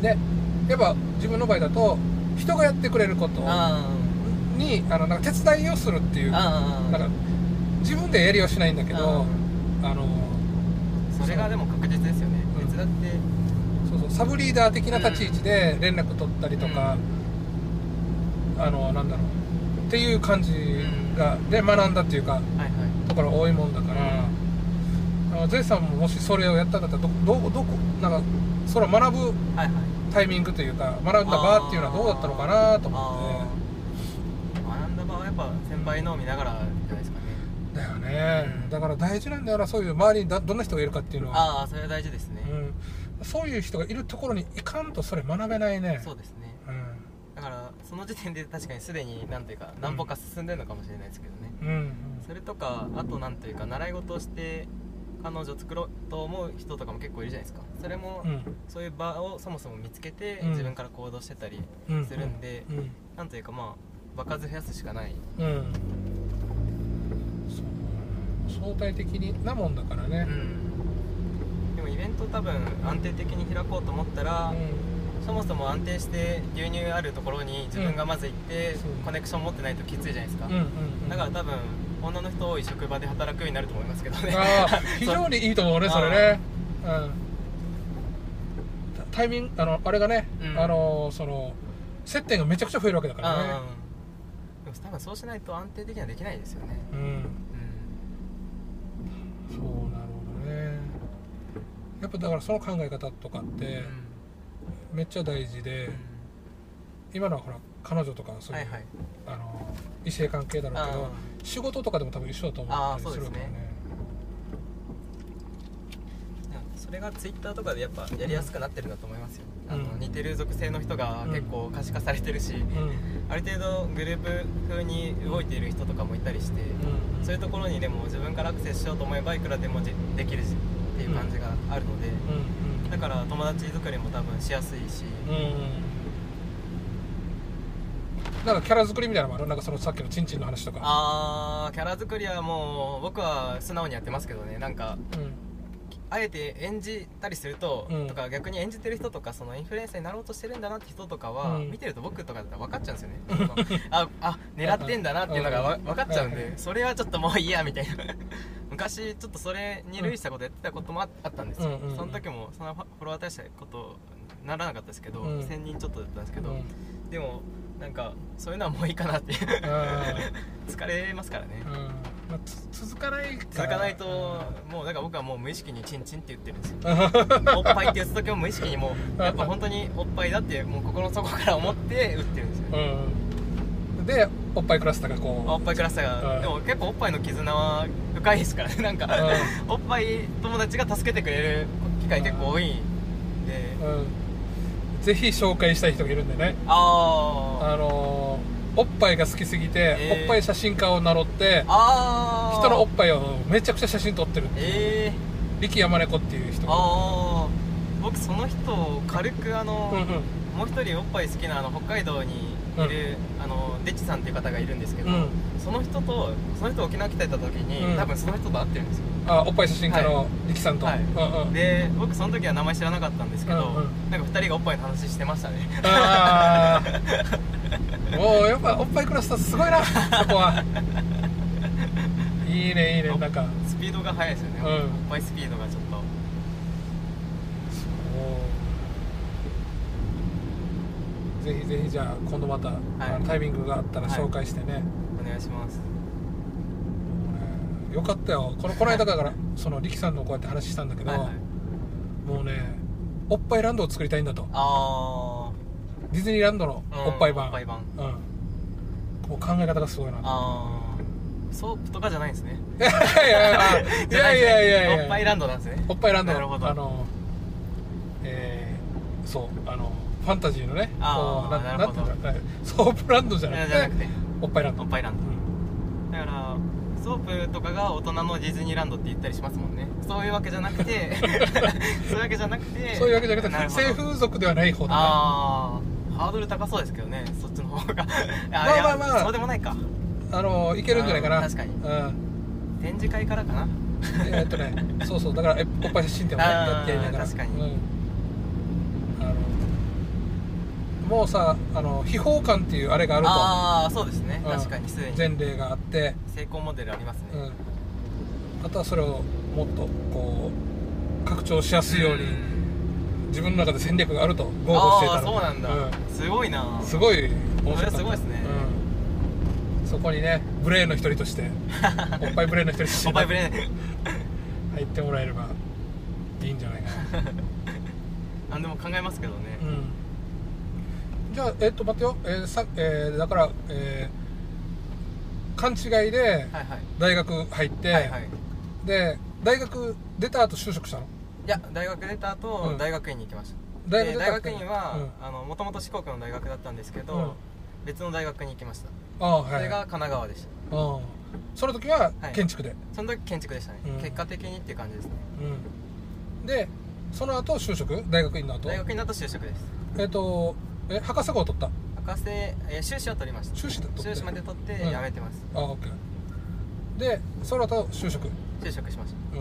でやっぱ自分の場合だと人がやってくれることにあのなんか手伝いをするっていう、なんか自分でやりはしないんだけど、あのそれがでも確実ですよね、うん、手伝って、 そうそうサブリーダー的な立ち位置で連絡取ったりとか、うん、あのなんだろうっていう感じが、うん、で学んだっていうか、はいはい、ところ多いもんだから、うん、あのゼイさんももしそれをやったんだったらどどどこなんかそれを学ぶ、はいはいタイミングというか学んだ場っていうのはどうだったのかなと思って。学んだ場はやっぱ先輩のを見ながらじゃないですかね。 だよね、うん、だから大事なんだよな、そういう周りにだどんな人がいるかっていうのは。 ああ、それは大事ですね、 うん、そういう人がいるところに行かんとそれ学べないね。 そうですね、 うん、 だからその時点で確かにすでになんていうか何歩か進んでるのかもしれないですけどね、 うんうん、 それとかあとなんていうか習い事をして彼女作ろうと思う人とかも結構いるじゃないですか。それも、うん、そういう場をそもそも見つけて、うん、自分から行動してたりするんで、うんうん、なんというかまあ場数増やすしかない、うん、 そう相対的になもんだからね、うん、 でもイベント多分安定的に開こうと思ったら、うん、そもそも安定して牛乳あるところに自分がまず行って、うん、コネクション持ってないときついじゃないですか、うんうんうん、だから多分女の人多い職場で働くようになると思いますけどね。 あ非常にいいと思うねそれね、うん、タイミング あのあれがね、うん、あのその接点がめちゃくちゃ増えるわけだからね。でも多分そうしないと安定的にはできないですよね、うんうん、 そうなるほどね。やっぱだからその考え方とかってめっちゃ大事で、うん、今のはほら彼女とかそういう、はいはい、あの異性関係だろうけど仕事とかでも多分一緒だと思ったりするからね。 それがツイッターとかでやっぱやりやすくなってるんだと思いますよ、うん、あの似てる属性の人が結構可視化されてるし、うん、ある程度グループ風に動いている人とかもいたりして、うん、そういうところにでも自分からアクセスしようと思えばいくらでもできるっていう感じがあるので、うん、だから友達作りも多分しやすいし、うん、 なんかキャラ作りみたいなのもある？なんかそのさっきのチンチンの話とか。 あーキャラ作りはもう僕は素直にやってますけどね。なんか、うんあえて演じたりすると、うん、とか逆に演じてる人とかそのインフルエンサーになろうとしてるんだなって人とかは、うん、見てると僕とかだったら分かっちゃうんですよねあ, あ狙ってんだなっていうのが分かっちゃうんで、それはちょっともういいやみたいな昔ちょっとそれに類したことやってたこともあったんですよ、うん、その時もそのフォロワー大したことならなかったですけど、うん、せんにんちょっとだったんですけど、うん、でもなんかそういうのはもういいかなって疲れますからね、うんまあ、続かないか続かないと、うん、もうだから僕はもう無意識にチンチンって言ってるんですよおっぱいって打つ時も無意識にもうやっぱ本当におっぱいだってもう心の底から思って打ってるんですよ、 うん、でおっぱいクラスターがこうおっぱいクラスターが、うん、でも結構おっぱいの絆は深いですからねなんか、うん、おっぱい友達が助けてくれる機会結構多いんで、 うん、ぜひ紹介したい人がいるんでねあああのーおっぱいが好きすぎて、えー、おっぱい写真家を名乗ってあ人のおっぱいをめちゃくちゃ写真撮ってるっていう、えー、力山猫っていう人があ僕その人を軽くあの、うんうん、もう一人おっぱい好きなあの北海道にいる、うん、あのデッチさんっていう方がいるんですけど、うん、その人とその人沖縄来てた時に、うん、多分その人と会ってるんですよあおっぱい写真家の力さんと、はいうんうん、で僕その時は名前知らなかったんですけど、うんうん、なんかふたりがおっぱいの話してましたねあもうやっぱおっぱいクラスターすごいなそこはいいねいいねなんかスピードが速いですよね、うん、おっぱいスピードがちょっとそうぜひぜひじゃあ今度また、はい、タイミングがあったら紹介してね、はい、 お願いします。 よかったよこのこの間だからその力さんのこうやって話したんだけど、はいはい、もうねおっぱいランドを作りたいんだとあディズニーランドのおっぱい版、うん、おっぱい版、うん、もう考え方がすごいなあソープとかじゃないんですねいやいやいやいやいやいやいやおっぱいランドなんですねおっぱいランドなるほどあのえー、そうあのファンタジーのねああなるほどソープランドじゃなくておっぱいランドおっぱいランド、うん、だからソープとかが大人のディズニーランドって言ったりしますもんね。そういうわけじゃなくてそういうわけじゃなくてそういうわけじゃなくて性風俗ではない方だね。ああハードル高そうですけどねそっちの方がまあまあまあそうでもないかあのいけるんじゃないかな。 確かに、うん、展示会からかなえー、っとねそうそうだからおっぱい写真ってもねやってやりながら確かに、 うん、あのもうさあの秘宝館っていうあれがあるとああそうですね、うん、確かにすでに前例があって成功モデルありますね、 うん、あとはそれをもっとこう拡張しやすいように自分の中で戦略があると豪語していたのああそうなんだ、うん、すごいなすごい面白かった。 それすごいですね、 うん、そこにねブレーンの一人としておっぱいブレーンの一人としておっぱいブレーン入ってもらえればいいんじゃないかな何でも考えますけどね、うんじゃあ、えっと、待ってよ、えーさえー、だから、えー、勘違いで大学入って、はいはいはい、で大学出た後就職したの？ いや大学出た後、うん、大学院に行きました。 大学で大学院はうんもともと四国の大学だったんですけど、 うん別の大学に行きました。 ああ、はい、 それが神奈川でした。 ああ、その時は建築で、 はい、その時建築でしたね、 うん、 結果的にっていう感じですね。 うん、でその後就職、大学院の後大学院の後就職です。 えっとえ博士号を取った？ 博士、えー、修士は取りました。 修士で取って修士まで取って辞めてます、 うん、ああ、 OK でその後就職就職しました、 うん、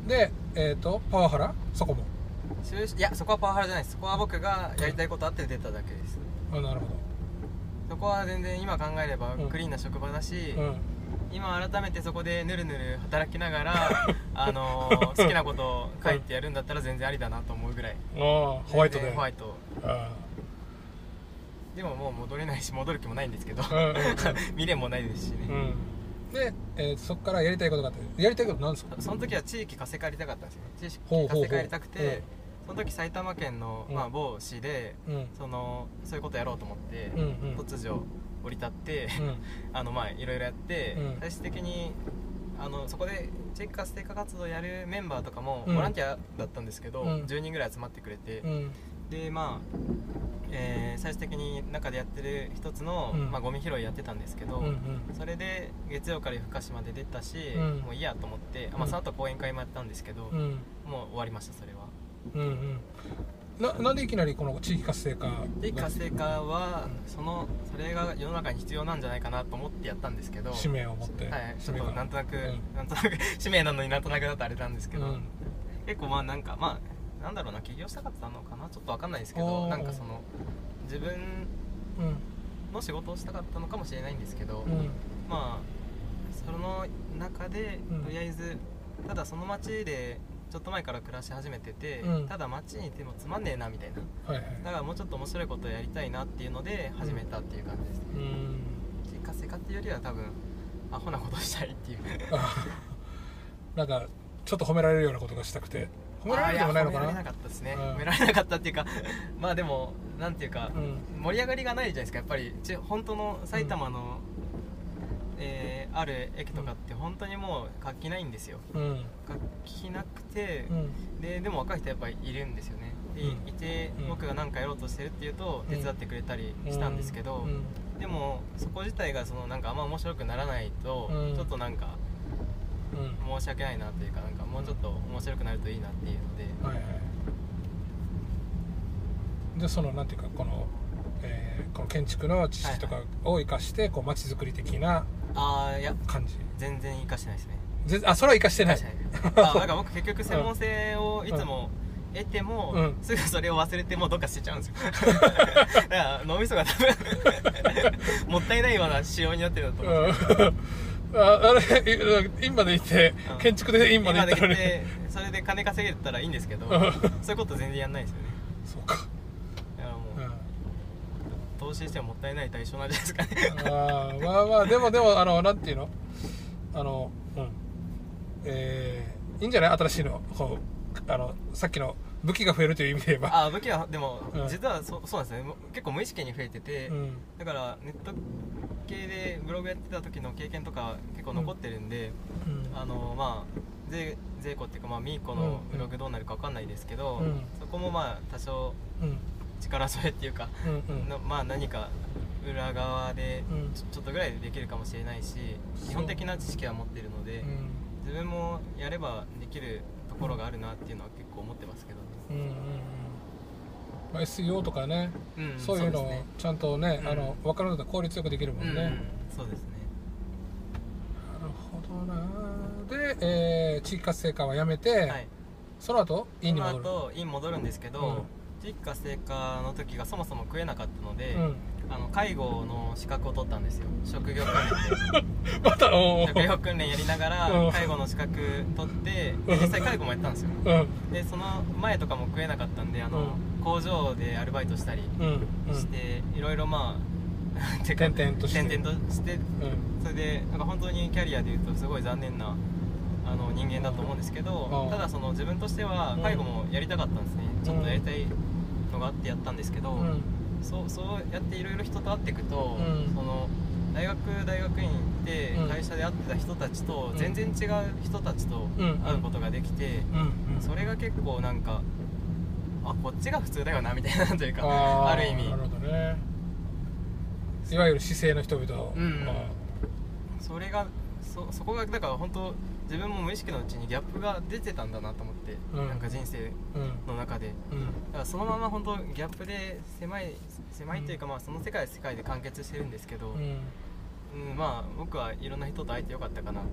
でえっ、ー、とパワハラそこも就いやそこはパワハラじゃないです。そこは僕がやりたいことあって出ただけです、 うん、あ、なるほど。 そこは全然今考えればクリーンな職場だし、うん、今改めてそこでぬるぬる働きながらあのー、好きなことを書いてやるんだったら全然ありだなと思うぐらい。 ああ、ホワイトでホワイト。あでももう戻れないし戻る気もないんですけど未練もないですしね、 うん、で、えー、そこからやりたいことがあってやりたいことなんですか？ その時は地域活性化やりたかったんですよね。地域活性化やりたくて、ほうほうほう、その時埼玉県の、まあ、某市で、うん、そのそういうことやろうと思って、うんうん、突如降り立って、うん、あのまあいろいろやって、うん、最終的にあのそこで地域活性化活動をやるメンバーとかもボランティアだったんですけど、うん、じゅうにんぐらい集まってくれて、うん、でまあ、えー、最終的に中でやってる一つの、うん、まあ、ゴミ拾いやってたんですけど、うんうん、それで月曜から夜更かしまで出たし、うん、もういいやと思って、まあ、その後講演会もやったんですけど、うん、もう終わりました。それはうんうん、な, なんでいきなりこの地域活性化地域活性化はそのそれが世の中に必要なんじゃないかなと思ってやったんですけど、 使命を持って、 はい、ちょっとなんとなく、うん、なんとなく使命なのになんとなくだとあれなんですけど、うん、結構まあなんかまあなんだろうな、起業したかったのかな、ちょっと分かんないですけど、なんかその自分の仕事をしたかったのかもしれないんですけど、うん、まあその中でとりあえず、ただその街でちょっと前から暮らし始めてて、うん、ただ街にいてもつまんねえなみたいな、はいはい、だからもうちょっと面白いことをやりたいなっていうので始めたっていう感じですね。うん、地域活性化っていうよりは多分アホなことしたいっていうなんかちょっと褒められるようなことがしたくて、褒められるでもないのかな。 褒められなかったですね、うん、褒められなかったっていうかまあでもなんていうか、うん、盛り上がりがないじゃないですか。やっぱり本当の埼玉の、うん、えー、ある駅とかって本当にもう活気ないんですよ、うん、活気なくて、うん、で, でも若い人やっぱりいるんですよね。で、うん、いて、うん、僕が何かやろうとしてるっていうと手伝ってくれたりしたんですけど、うんうん、でもそこ自体がそのなんかあんま面白くならないと、うん、ちょっとなんか、うん、申し訳ないなっていうか、なんかもうちょっと面白くなるといいなっていうので、はいはい、 でそのなんていうかこの、えー、この建築の知識とかを生かしてこう街づくり的なあーいや感じ全然生かしてないですね。 ぜあそれは生かしてない。 あなんか僕結局専門性をいつも得ても、うん、すぐそれを忘れてもうどっか捨てちゃうんですよだから脳みそが多分もったいないような仕様になってるんだと思うんですけど、 うん、ああれ院まで行って、うん、建築で院まで行ったのにそれで金稼げたらいいんですけどそういうこと全然やんないですよね。 そうか。 いやもう、うん、投資してももったいない対象なんじゃないですかねあまあまあでもでもあのなんていうのあのうんえー、いいんじゃない、新しいのこうあのさっきの武器が増えるという意味で言えば。 あ武器はでも、うん、実は そ, そうなんですね。結構無意識に増えてて、うん、だからネット系でブログやってた時の経験とか結構残ってるんで、うん、あのまあ税税庫っていうか、まあ、ミーコのブログどうなるか分かんないですけど、うん、そこもまあ多少力添えっていうか、うんうん、まあ何か裏側で ち, ちょっとぐらいでできるかもしれないし、基本的な知識は持ってるので、自分もやればできるところがあるなっていうのは結構思ってますけどね。うんうんうん、 まあ、エスイーオー とかね、うん、そういうのをちゃんとね、うん、あの分かるのだと効率よくできるもんね、うんうん、 そうですね。 なるほどな。で、えー、地域活性化はやめて、はい、その後院に戻る。 その後院戻るんですけど、うん、地域活性化の時がそもそも食えなかったので、うん、あの介護の資格を取ったんですよ。職業訓練でまた職業訓練やりながら介護の資格取ってで実際介護もやったんですよ、うん、でその前とかも食えなかったんであの、うん、工場でアルバイトしたりして、うん、いろいろまあ転々として転々として、うん、それでなんか本当にキャリアでいうとすごい残念なあの人間だと思うんですけど、ただその自分としては介護もやりたかったんですね、うん、ちょっとやりたいのがあってやったんですけど、うん、そうそうやっていろいろ人と会っていくと、うん、その大学大学院行って会社で会ってた人たちと全然違う人たちと会うことができて、うん、それが結構なんかあこっちが普通だよなみたいなというか あ, ある意味なるほどね。いわゆる市井の人々を、 うん、それが そ, そこがだから本当自分も無意識のうちにギャップが出てたんだなと思って、うん、なんか人生の中で、うん、だからそのまま本当ギャップで狭い狭いというか、うん、まあその世界は世界で完結してるんですけど、うんうん、まあ僕はいろんな人と会えてよかったかなと思って、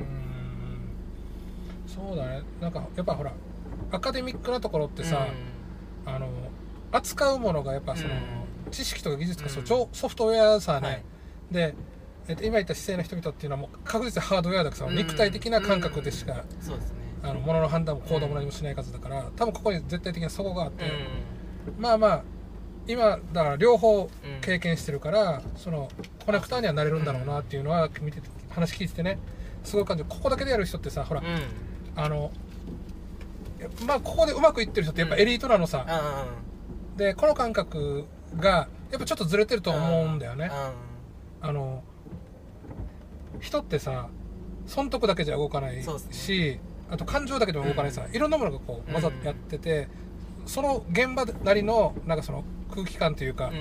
うん、そうだね。なんかやっぱほらアカデミックなところってさ、うん、あの扱うものがやっぱその、うん、知識とか技術とか、うん、そうソフトウェアさね、はい、でえっと、今言った姿勢の人々っていうのはもう確実にハードウェアだからさ、うん、肉体的な感覚でしか、うんそうですね、あの物の判断も行動も何もしない数だから、うん、多分ここに絶対的な齟齬があって、うん、まあまあ今だから両方経験してるから、うん、そのコネクターにはなれるんだろうなっていうのは見てて話聞いててねすごい感じる。ここだけでやる人ってさほら、うん、あのまあここでうまくいってる人ってやっぱエリートなのさ、うん、でこの感覚がやっぱちょっとずれてると思うんだよね、うん、あの人ってさ損得だけじゃ動かないし、ね、あと感情だけでも動かないさ、うん、いろんなものがこう混ざってやってて、うん、その現場なりのなんかその空気感というか、うん、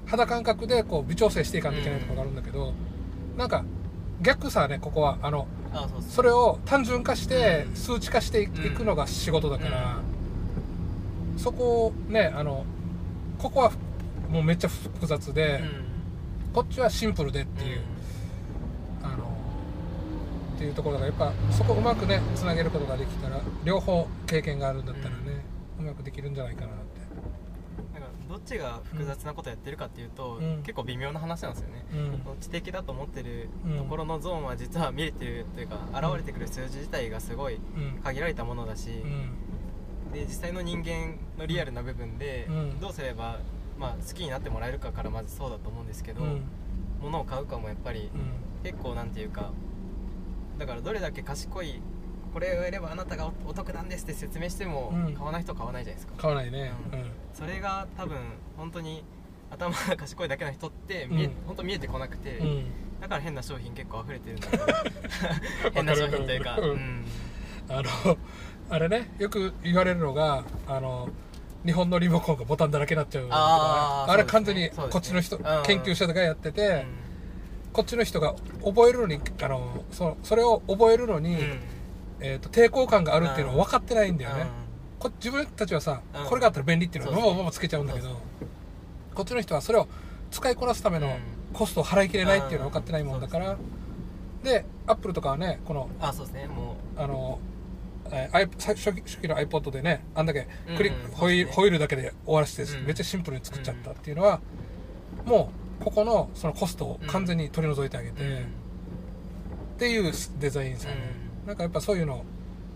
肌感覚でこう微調整していかなきゃいけないところがあるんだけど、うん、なんか逆さねここはあのあそうそうそれを単純化して数値化していくのが仕事だから、うん、そこをねあのここはもうめっちゃ複雑で、うん、こっちはシンプルでっていう、うん、あのっていうところがやっぱそこをうまくねつなげることができたら両方経験があるんだったらね、うん、うまくできるんじゃないかなって。 だからどっちが複雑なことやってるかっていうと、うん、結構微妙な話なんですよね、うん、知的だと思ってるところのゾーンは実は見れてるというか、うん、現れてくる数字自体がすごい限られたものだし、うん、で実際の人間のリアルな部分でどうすればまあ、好きになってもらえるかからまずそうだと思うんですけど、うん、物を買うかもやっぱり、うん、結構なんていうかだからどれだけ賢いこれをやればあなたがお得なんですって説明しても、うん、買わない人は買わないじゃないですか。 買わないね、 うんうん、それが多分本当に頭が賢いだけの人って見え、うん、本当見えてこなくて、うん、だから変な商品結構溢れてるんだけど変な商品というか、うん、 あのあれねよく言われるのがあの日本のリモコンがボタンだらけになっちゃうとか、あ, あれ完全にこっちの人、ね、研究者がやってて、うん、こっちの人が覚えるのにあの そ, それを覚えるのに、うんえー、と抵抗感があるっていうのは分かってないんだよね、うん、こ自分たちはさ、うん、これがあったら便利っていうのをババババつけちゃうんだけど、こっちの人はそれを使いこなすためのコストを払いきれないっていうのは分かってないもんだから、でアップルとかはねこのあそうですねもうあのえー、初, 期初期の iPod でねあんだけクリック、うんうんホイ、ね、ホイールだけで終わらせて、うん、めっちゃシンプルに作っちゃったっていうのは、うん、もうここのそのコストを完全に取り除いてあげて、うん、っていうデザインさ、ねうん、なんかやっぱそういうの、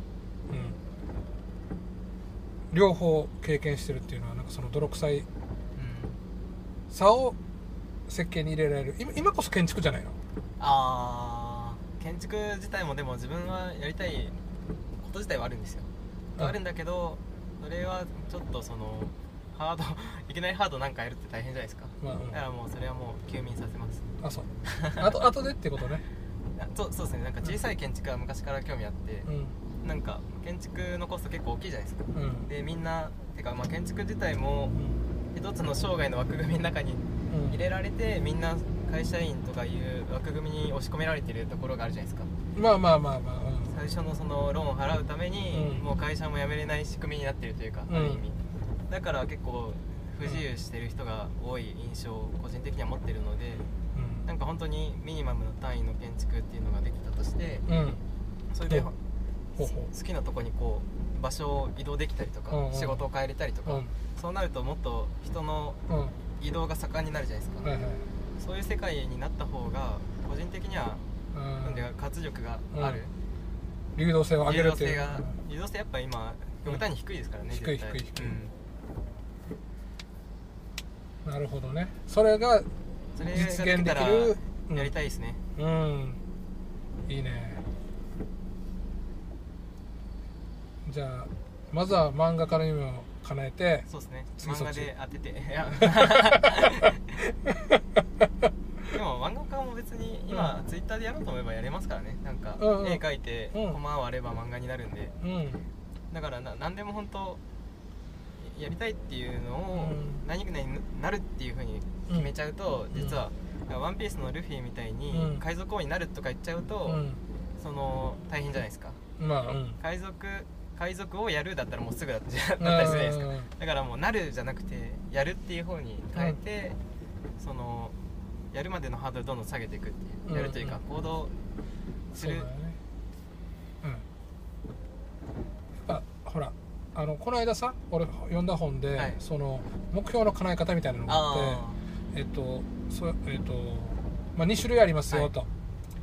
うん、両方経験してるっていうのはなんかその泥臭いさを設計に入れられる。 今, 今こそ建築じゃないの？ あー建築自体もでも自分はやりたいこと自体はあるんですよ、うん、あるんだけどそれはちょっとそのハードいきなりハードなんかやるって大変じゃないですか、まあうん、だからもうそれはもう休眠させます。 あそうあと後でってことねそうそうですね。なんか小さい建築は昔から興味あって、うん、なんか建築のコスト結構大きいじゃないですか、うん、でみんなてかまあ建築自体も一つの生涯の枠組みの中に入れられて、うん、みんな会社員とかいう枠組みに押し込められてるところがあるじゃないですか。 まあまあまあまあ、 うん、最初のそのローンを払うために、うん、もう会社も辞めれない仕組みになってるというか、うん、ある意味だから結構不自由してる人が多い印象を個人的には持ってるので、うん、なんか本当にミニマムの単位の建築っていうのができたとして、うん、それで好きなとこにこう場所を移動できたりとか、うん、仕事を変えれたりとか、うん、そうなるともっと人の移動が盛んになるじゃないですか、うんはいはい、そういう世界になった方が個人的には、うん、なんで活力がある、 うん、流動性を上げるっていう。 流動性が流動性やっぱ今極端に低いですからね、うん、 低い低い低い、うん、なるほどね。それが実現できるやりたいですね、 うん、うん、いいね。じゃあまずは漫画家の夢を叶えて、 そうですね、漫画で当てていやでも漫画家も別に今、うん、ツイッターでやろうと思えばやれますからね。なんか、うんうん、絵描いて、うん、コマ割れば漫画になるんで、うん、だからな何でも本当やりたいっていうのを何々になるっていう風に決めちゃうと、うん、実はワンピースのルフィみたいに海賊王になるとか言っちゃうと、うん、その大変じゃないですか、まあうん、海賊海賊をやるだったらもうすぐだったりするじゃないですか。だからもうなるじゃなくてやるっていう方に変えて、うん、そのやるまでのハードルをどんどん下げていくっていう、うん、やるというか行動する、そうだよね、 うん、あほらあのこの間さ俺読んだ本で、はい、その目標の叶え方みたいなのがあってえっとそえっとまあ、に種類ありますよと、はい、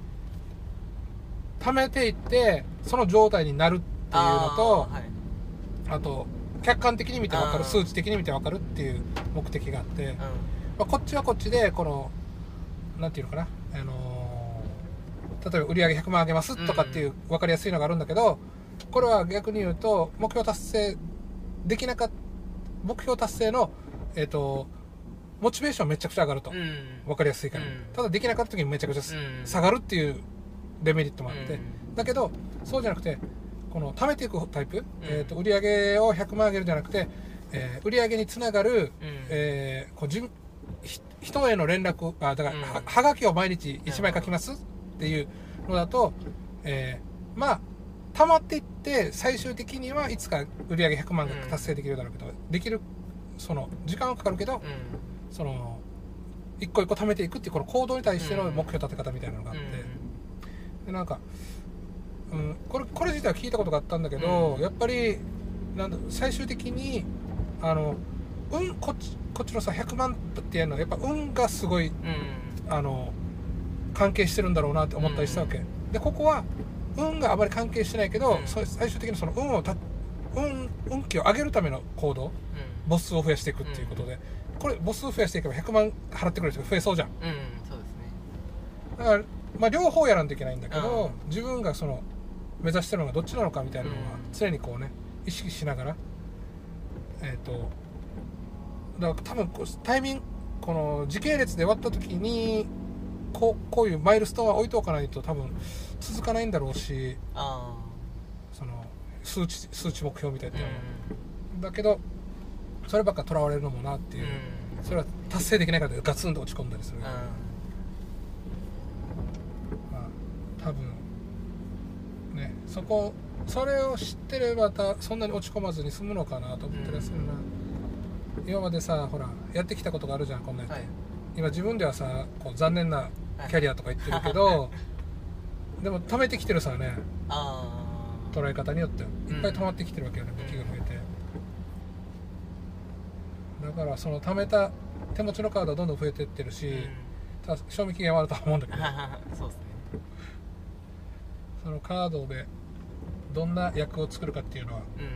貯めていってその状態になるっていうのと あ,、はい、あと客観的に見て分かる、数値的に見て分かるっていう目的があって、うんまあ、こっちはこっちでこのなんていうのかな、あのー、例えば売上ひゃくまん上げますとかっていう分かりやすいのがあるんだけど、これは逆に言うと目標達成できなかった目標達成のえっとモチベーションめちゃくちゃ上がると、うん、分かりやすいから、うん、ただできなかった時にめちゃくちゃ下がるっていうデメリットもあって、うん、だけどそうじゃなくてこの貯めていくタイプ、うん、えー、と売上をひゃくまん上げるじゃなくて、えー、売上につながる、うんえー、こう人人への連絡あだから、うん、は, はがきを毎日いちまい書きますっていうのだと、えー、まあ溜まっていって最終的にはいつか売上ひゃくまんが達成できるだろうけど、うん、できるその時間はかかるけど、うんその一個一個貯めていくっていうこの行動に対しての目標立て方みたいなのがあって、うん、でなんか、うん、これこれ自体は聞いたことがあったんだけど、うん、やっぱりなんだ最終的にあの運こっちこっちのさひゃくまんっていうのはやっぱ運がすごい、うん、あの関係してるんだろうなって思ったりしたわけ、うん、でここは運があまり関係してないけど、うん、最終的にその運をた運運気を上げるための行動、うん、母数を増やしていくっていうことで、うんこれ母数増やしていけばひゃくまん払ってくれる人が増えそうじゃん、うん、そうですねだから、まあ、両方やらんといけないんだけど、うん、自分がその目指してるのがどっちなのかみたいなのは常にこうね意識しながらえっ、ー、とだから多分こうタイミングこの時系列で割った時にこう、こういうマイルストーンは置いておかないと多分続かないんだろうしあその数値、数値目標みたいなのは、うん、だけどそればっかとらわれるのもなっていう、うん、それは達成できないからガツンと落ち込んだりする、うんまあ、多分ねそこそれを知ってればたそんなに落ち込まずに済むのかなと思ったりするな、うん、今までさほらやってきたことがあるじゃんこんなやつ、はい、今自分ではさこう残念なキャリアとか言ってるけど、はい、でも貯めてきてるさねあ捉え方によっていっぱい溜まってきてるわけよね、武器が増えて、だからその貯めた手持ちのカードはどんどん増えていってるし、うん、ただ賞味期限はあると思うんだけどそうですねそのカードでどんな役を作るかっていうのは、うんうん、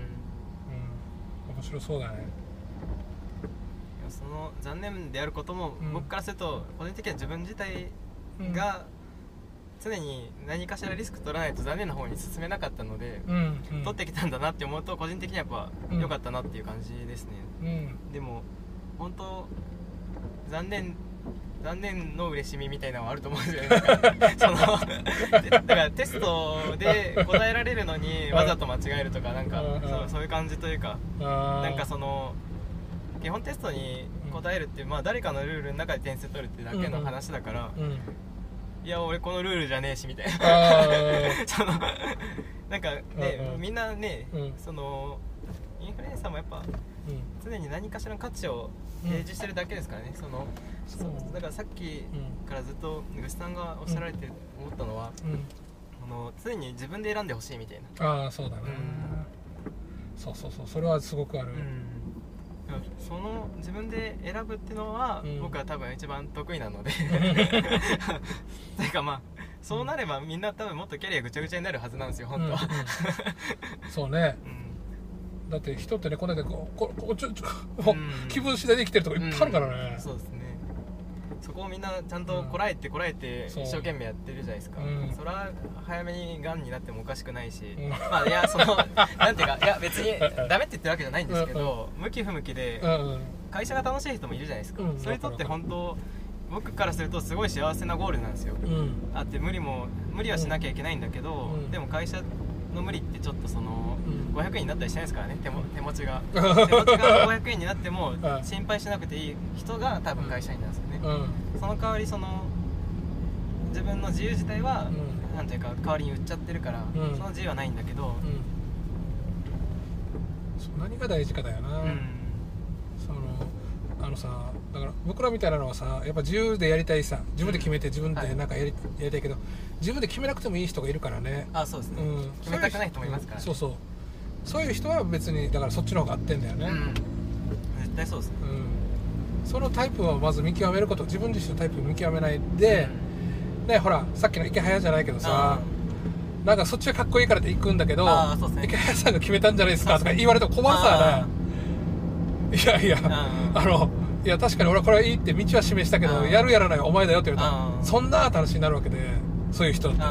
面白そうだね。 その残念であることも、うん、僕からすると個人的には自分自体が常に何かしらリスク取らないと残念な方に進めなかったので、うんうん、取ってきたんだなって思うと個人的にはやっぱ良かったなっていう感じですね、うん、でも本当残念残念の嬉しみみたいなのはあると思うんですよねそのだからテストで答えられるのにわざと間違えるとかなんかそう、そういう感じというかなんかその基本テストに答えるっていう、まあ、誰かのルールの中で点数取るってだけの話だから、うんうん、いや俺このルールじゃねえしみたいなそのなんかねみんなね、うん、そのインフルエンサーもやっぱ、うん、常に何かしらの価値を提示してるだけですからね、そのそうだからさっきからずっとぐしさんがおっしゃられて思ったのは、うん、あの常に自分で選んでほしいみたいな。 ああそうだね、うん、そうそうそうそれはすごくある、うんその自分で選ぶっていうのは、うん、僕は多分一番得意なのでというかまあそうなればみんな多分もっとキャリアぐちゃぐちゃになるはずなんですよ本当は、 うんうん、そうね、うん、だって人ってねこんなでこうこうちょちょ、うん、気分次第で生きてるとこいっぱいあるからね、 うん、そうですねそこをみんなちゃんとこらえてこらえて一生懸命やってるじゃないですか、うん、それは早めにがんになってもおかしくないし、うん、まあいやそのなんていうかいや別にダメって言ってるわけじゃないんですけど、うん、向き不向きで会社が楽しい人もいるじゃないですか、うん、それにとって本当僕からするとすごい幸せなゴールなんですよ、うん、あって無理も無理はしなきゃいけないんだけど、うん、でも会社の無理ってちょっとその、うん、ごひゃくえんになったりしないですからね。手も手持ちが手持ちがごひゃくえんになっても心配しなくていい人が多分会社員なんですよね、うん、その代わりその自分の自由自体は、うん、なんていうか代わりに売っちゃってるから、うん、その自由はないんだけど、 うん、何が大事かだよな、うん、そのあのさ、だから僕らみたいなのはさ、やっぱ自由でやりたいさ、自分で決めて自分でなんかやり、はい、やりたいけど、自分で決めなくてもいい人がいるからね。 あ、そうですね、うん、決めたくない人もいますから、ね、 そうそう、そういう人は別にだからそっちの方が合ってんだよね、うん、 絶対そうですね、 うん、そのタイプをまず見極めること、自分自身のタイプを見極めないで、うん、ね、ほらさっきの池早じゃないけどさ、なんかそっちがかっこいいからって行くんだけど、あ、そうですね、池早さんが決めたんじゃないですかとか言われると困るさね。いやいや、あのいや確かに俺はこれはいいって道は示したけど、やるやらないお前だよって言われたらそんな話になるわけで、そういう人だったら、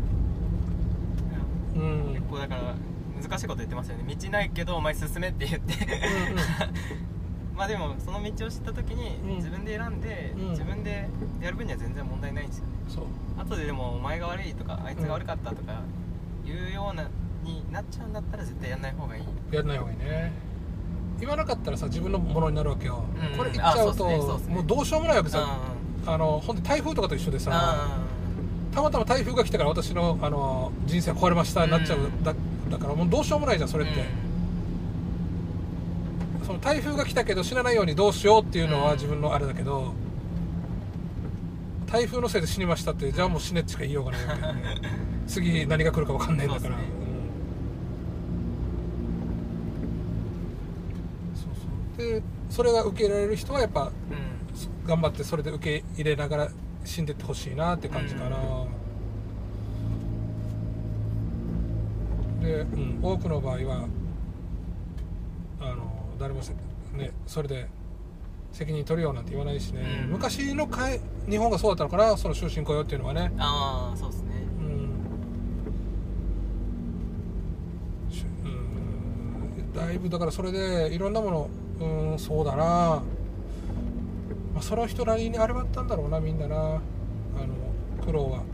うん、結構だから難しいこと言ってますよね。道ないけどお前進めって言ってうん、うん、まあでもその道を知った時に自分で選んで、うん、自分でやる分には全然問題ないんですよね。そう、後ででもお前が悪いとかあいつが悪かったとかいうようなになっちゃうんだったら絶対やんない方がいい。 やんない方がいいね。言わなかったらさ自分のものになるわけよ、うん、これ言っちゃうと、ねね、もうどうしようもないわけさ、うん、あのほんと台風とかと一緒でさ、たまたま台風が来たから私の、あの人生が壊れましたになっちゃう、うん、だ, だからもうどうしようもないじゃんそれって、うん、その台風が来たけど死なないようにどうしようっていうのは自分のあれだけど、台風のせいで死にましたってじゃあもう死ねってしか言いようがないわけで、ね、次何が来るか分かんないんだから。でそれが受け入れられる人はやっぱ、うん、頑張ってそれで受け入れながら死んでってほしいなって感じかな、うん、で、うん、多くの場合はあの誰もせ、ね、それで責任取るよなんて言わないしね、うん、昔のかい日本がそうだったのかな、その終身雇用っていうのはね。 ああ、そうですね、 うん、うん、だいぶだからそれでいろんなもの、うん、そうだな、まあ、その人なりにあれはあったんだろうな、みんなな、あの苦労は、うん、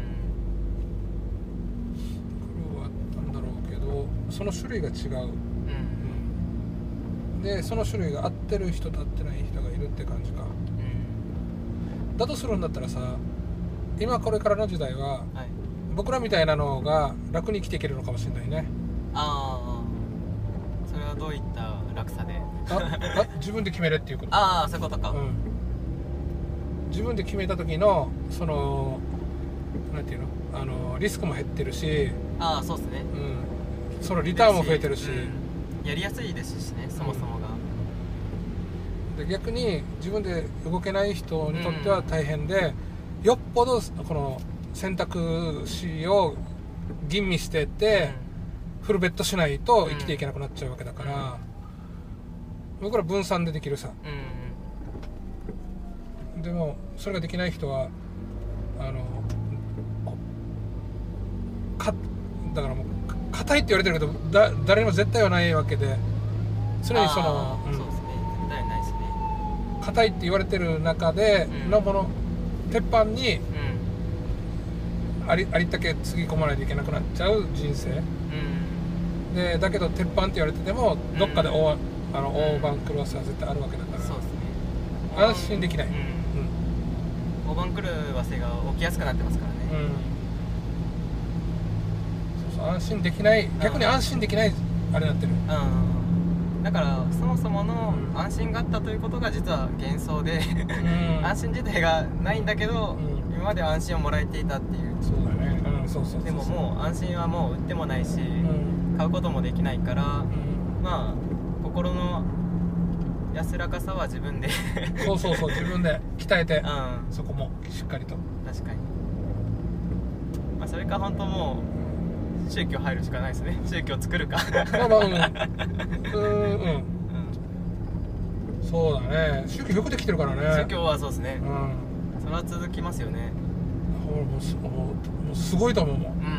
苦労はあったんだろうけどその種類が違う、うんうん、でその種類が合ってる人と合ってない人がいるって感じか、うん、だとするんだったらさ、今これからの時代は、はい、僕らみたいなのが楽に生きていけるのかもしれないね。 ああ、それはどういった楽さでああ自分で決めるっていうこと。 ああ、そういうことか、うん、 自分で決めた時のそのなんていうの、あのリスクも減ってるし、 ああ、そうですね、 うん、そのリターンも増えてるし、 うん、やりやすいですしね、そもそもが、 うん、で逆に自分で動けない人にとっては大変で、うん、よっぽどこの選択肢を吟味してて、うん、フルベットしないと生きていけなくなっちゃうわけだから、うん、僕ら分散でできるさ、うん、でもそれができない人はあのかだからもう硬いって言われてるけどだ誰にも絶対はないわけで、常にその、うん、そうですね、絶対ないですね。硬いって言われてる中でのもの、うん、鉄板に、うん、ありありったけつぎ込まないといけなくなっちゃう人生、うん、でだけど鉄板って言われててもどっかで大、うん、あの大番狂わせは絶対あるわけだから、そうですね、安心できない、うんうん、大番狂わせが起きやすくなってますからね、うん、 そうそう、安心できない、逆に安心できないあれになってる、 うん、だからそもそもの安心があったということが実は幻想で、うん、安心自体がないんだけど、うん、今までは安心をもらえていたっていう。 そうだね、うん、そうそうそうそう。 でももう安心はもう売ってもないし、うん、買うこともできないから、うん、まあ心の安らかさは自分でそうそうそう、自分で鍛えて、うん、そこもしっかりと。 確かに、まあ、それか本当もう宗教入るしかないですね。宗教作るかまあまあ、うんうんうん、うん、そうだね、宗教よくできてるからね。 宗教はそうですね、うん、それは続きますよね。 もうす、もうすごいと思うもん、うん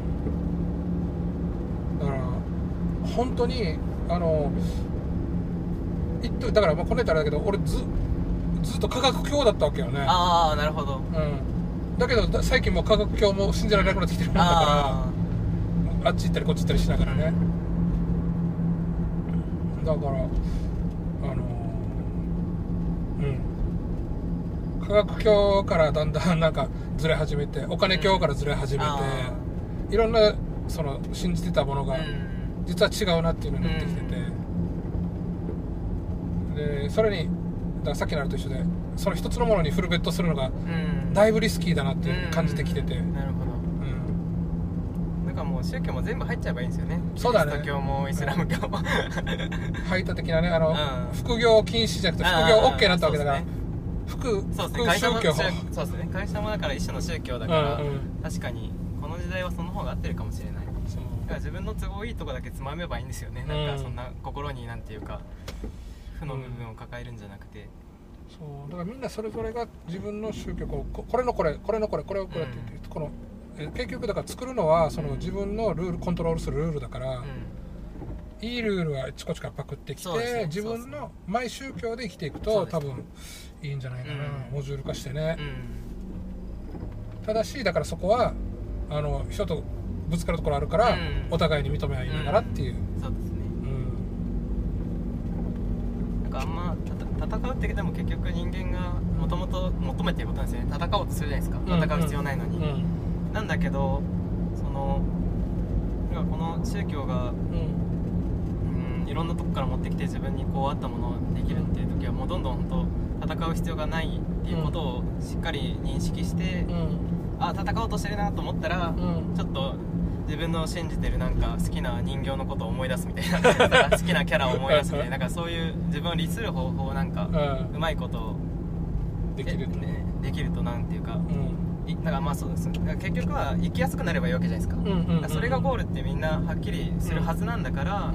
うん、だから本当にあの言っとだからまあこの人あれだけど、俺ずずっと科学教だったわけよね。 ああ、なるほど、 うん、だけど最近もう科学教も信じられなくなってきてるもんだから、 あっち行ったりこっち行ったりしながらね、だからあのうん科学教からだんだんなんかずれ始めて、お金教からずれ始めて、うん、いろんなその信じてたものが実は違うなっていうのになってきてて、うん、でそれにだからさっきのあれと一緒で、その一つのものにフルベットするのがだいぶリスキーだなって感じてきてて、うん、 なるほど、うん、なんかもう宗教も全部入っちゃえばいいんですよね。 そうだね、 キリスト教もイスラム教も排他的なね、あの、うん、副業禁止じゃなくて副業 OK になったわけだから、副そうですね、会社もそうですね、会社もだから一種の宗教だから、うんうん、確かにこの時代はその方が合ってるかもしれない。そうだから自分の都合いいとこだけつまめばいいんですよね、うん、なんかそんな心になんていうか負の部分を抱えるんじゃなくて、うん、 そうだからみんなそれぞれが自分の宗教をこれのこれこれのこれこれをこれって言って、うん、このえ結局だから作るのはその自分のルールコントロールするルールだから、うん、いいルールはあちこちからパクってきて、ね、自分のマイ宗教で生きていくと多分いいんじゃないかな、うん、モジュール化してね、うん、ただしだからそこはあの人とぶつかるところあるから、うん、お互いに認め合いながらっていう、 うん、そうですね、うん、なんかあんま戦うってでも結局人間がもともと求めていることなんですよね。戦おうとするじゃないですか、うん、戦う必要ないのに、うん、なんだけどそのなんかこの宗教が、うんうん、いろんなとこから持ってきて自分にこうあったものをできるっていう時はもうどんどん本当戦う必要がないっていうことをしっかり認識して、うん、あ戦おうとしてるなと思ったら、うん、ちょっと自分の信じてるなんか好きな人形のことを思い出すみたいな好きなキャラを思い出すみたいな、なんかそういう自分を律する方法をなんか、うん、うまいことできると、 ね、できるとなんていうか、うん、なんかまあそうです。結局は生きやすくなればいいわけじゃないですか、うんうんうんうん、それがゴールってみんなはっきりするはずなんだから、うん、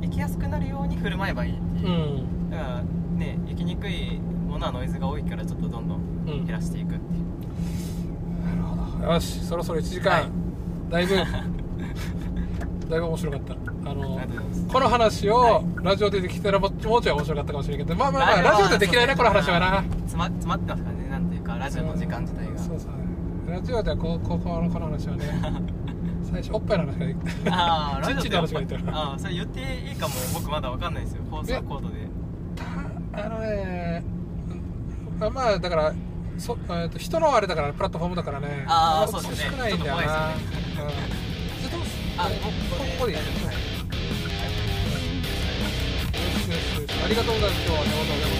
生きやすくなるように振る舞えばいいっていう、うん、だからね生きにくいものはノイズが多いからちょっとどんどん減らしていくっていう、 うん、なるほど。よしそろそろいちじかん、はい、だいぶだいぶ面白かった。あのこの話をラジオでできたらもうちょい面白かったかもしれないけど、まあまあまあラジオでできないなこの話はな。 詰ま詰まってますからね、なんていうかラジオの時間自体が。 そうそう。ラジオではこここのこの話はね、最初おっぱいの話ができた。 ああラジオでチッチの話ができた。 ああそれ言っていいかも僕まだわかんないですよ。放送コードで。 たあのね、あまあだからそえっと人のあれだからプラットフォームだからね。 ああそうですね。 少ないんだよな。あ、ここでいいですね。ありがとうございます。今日はね、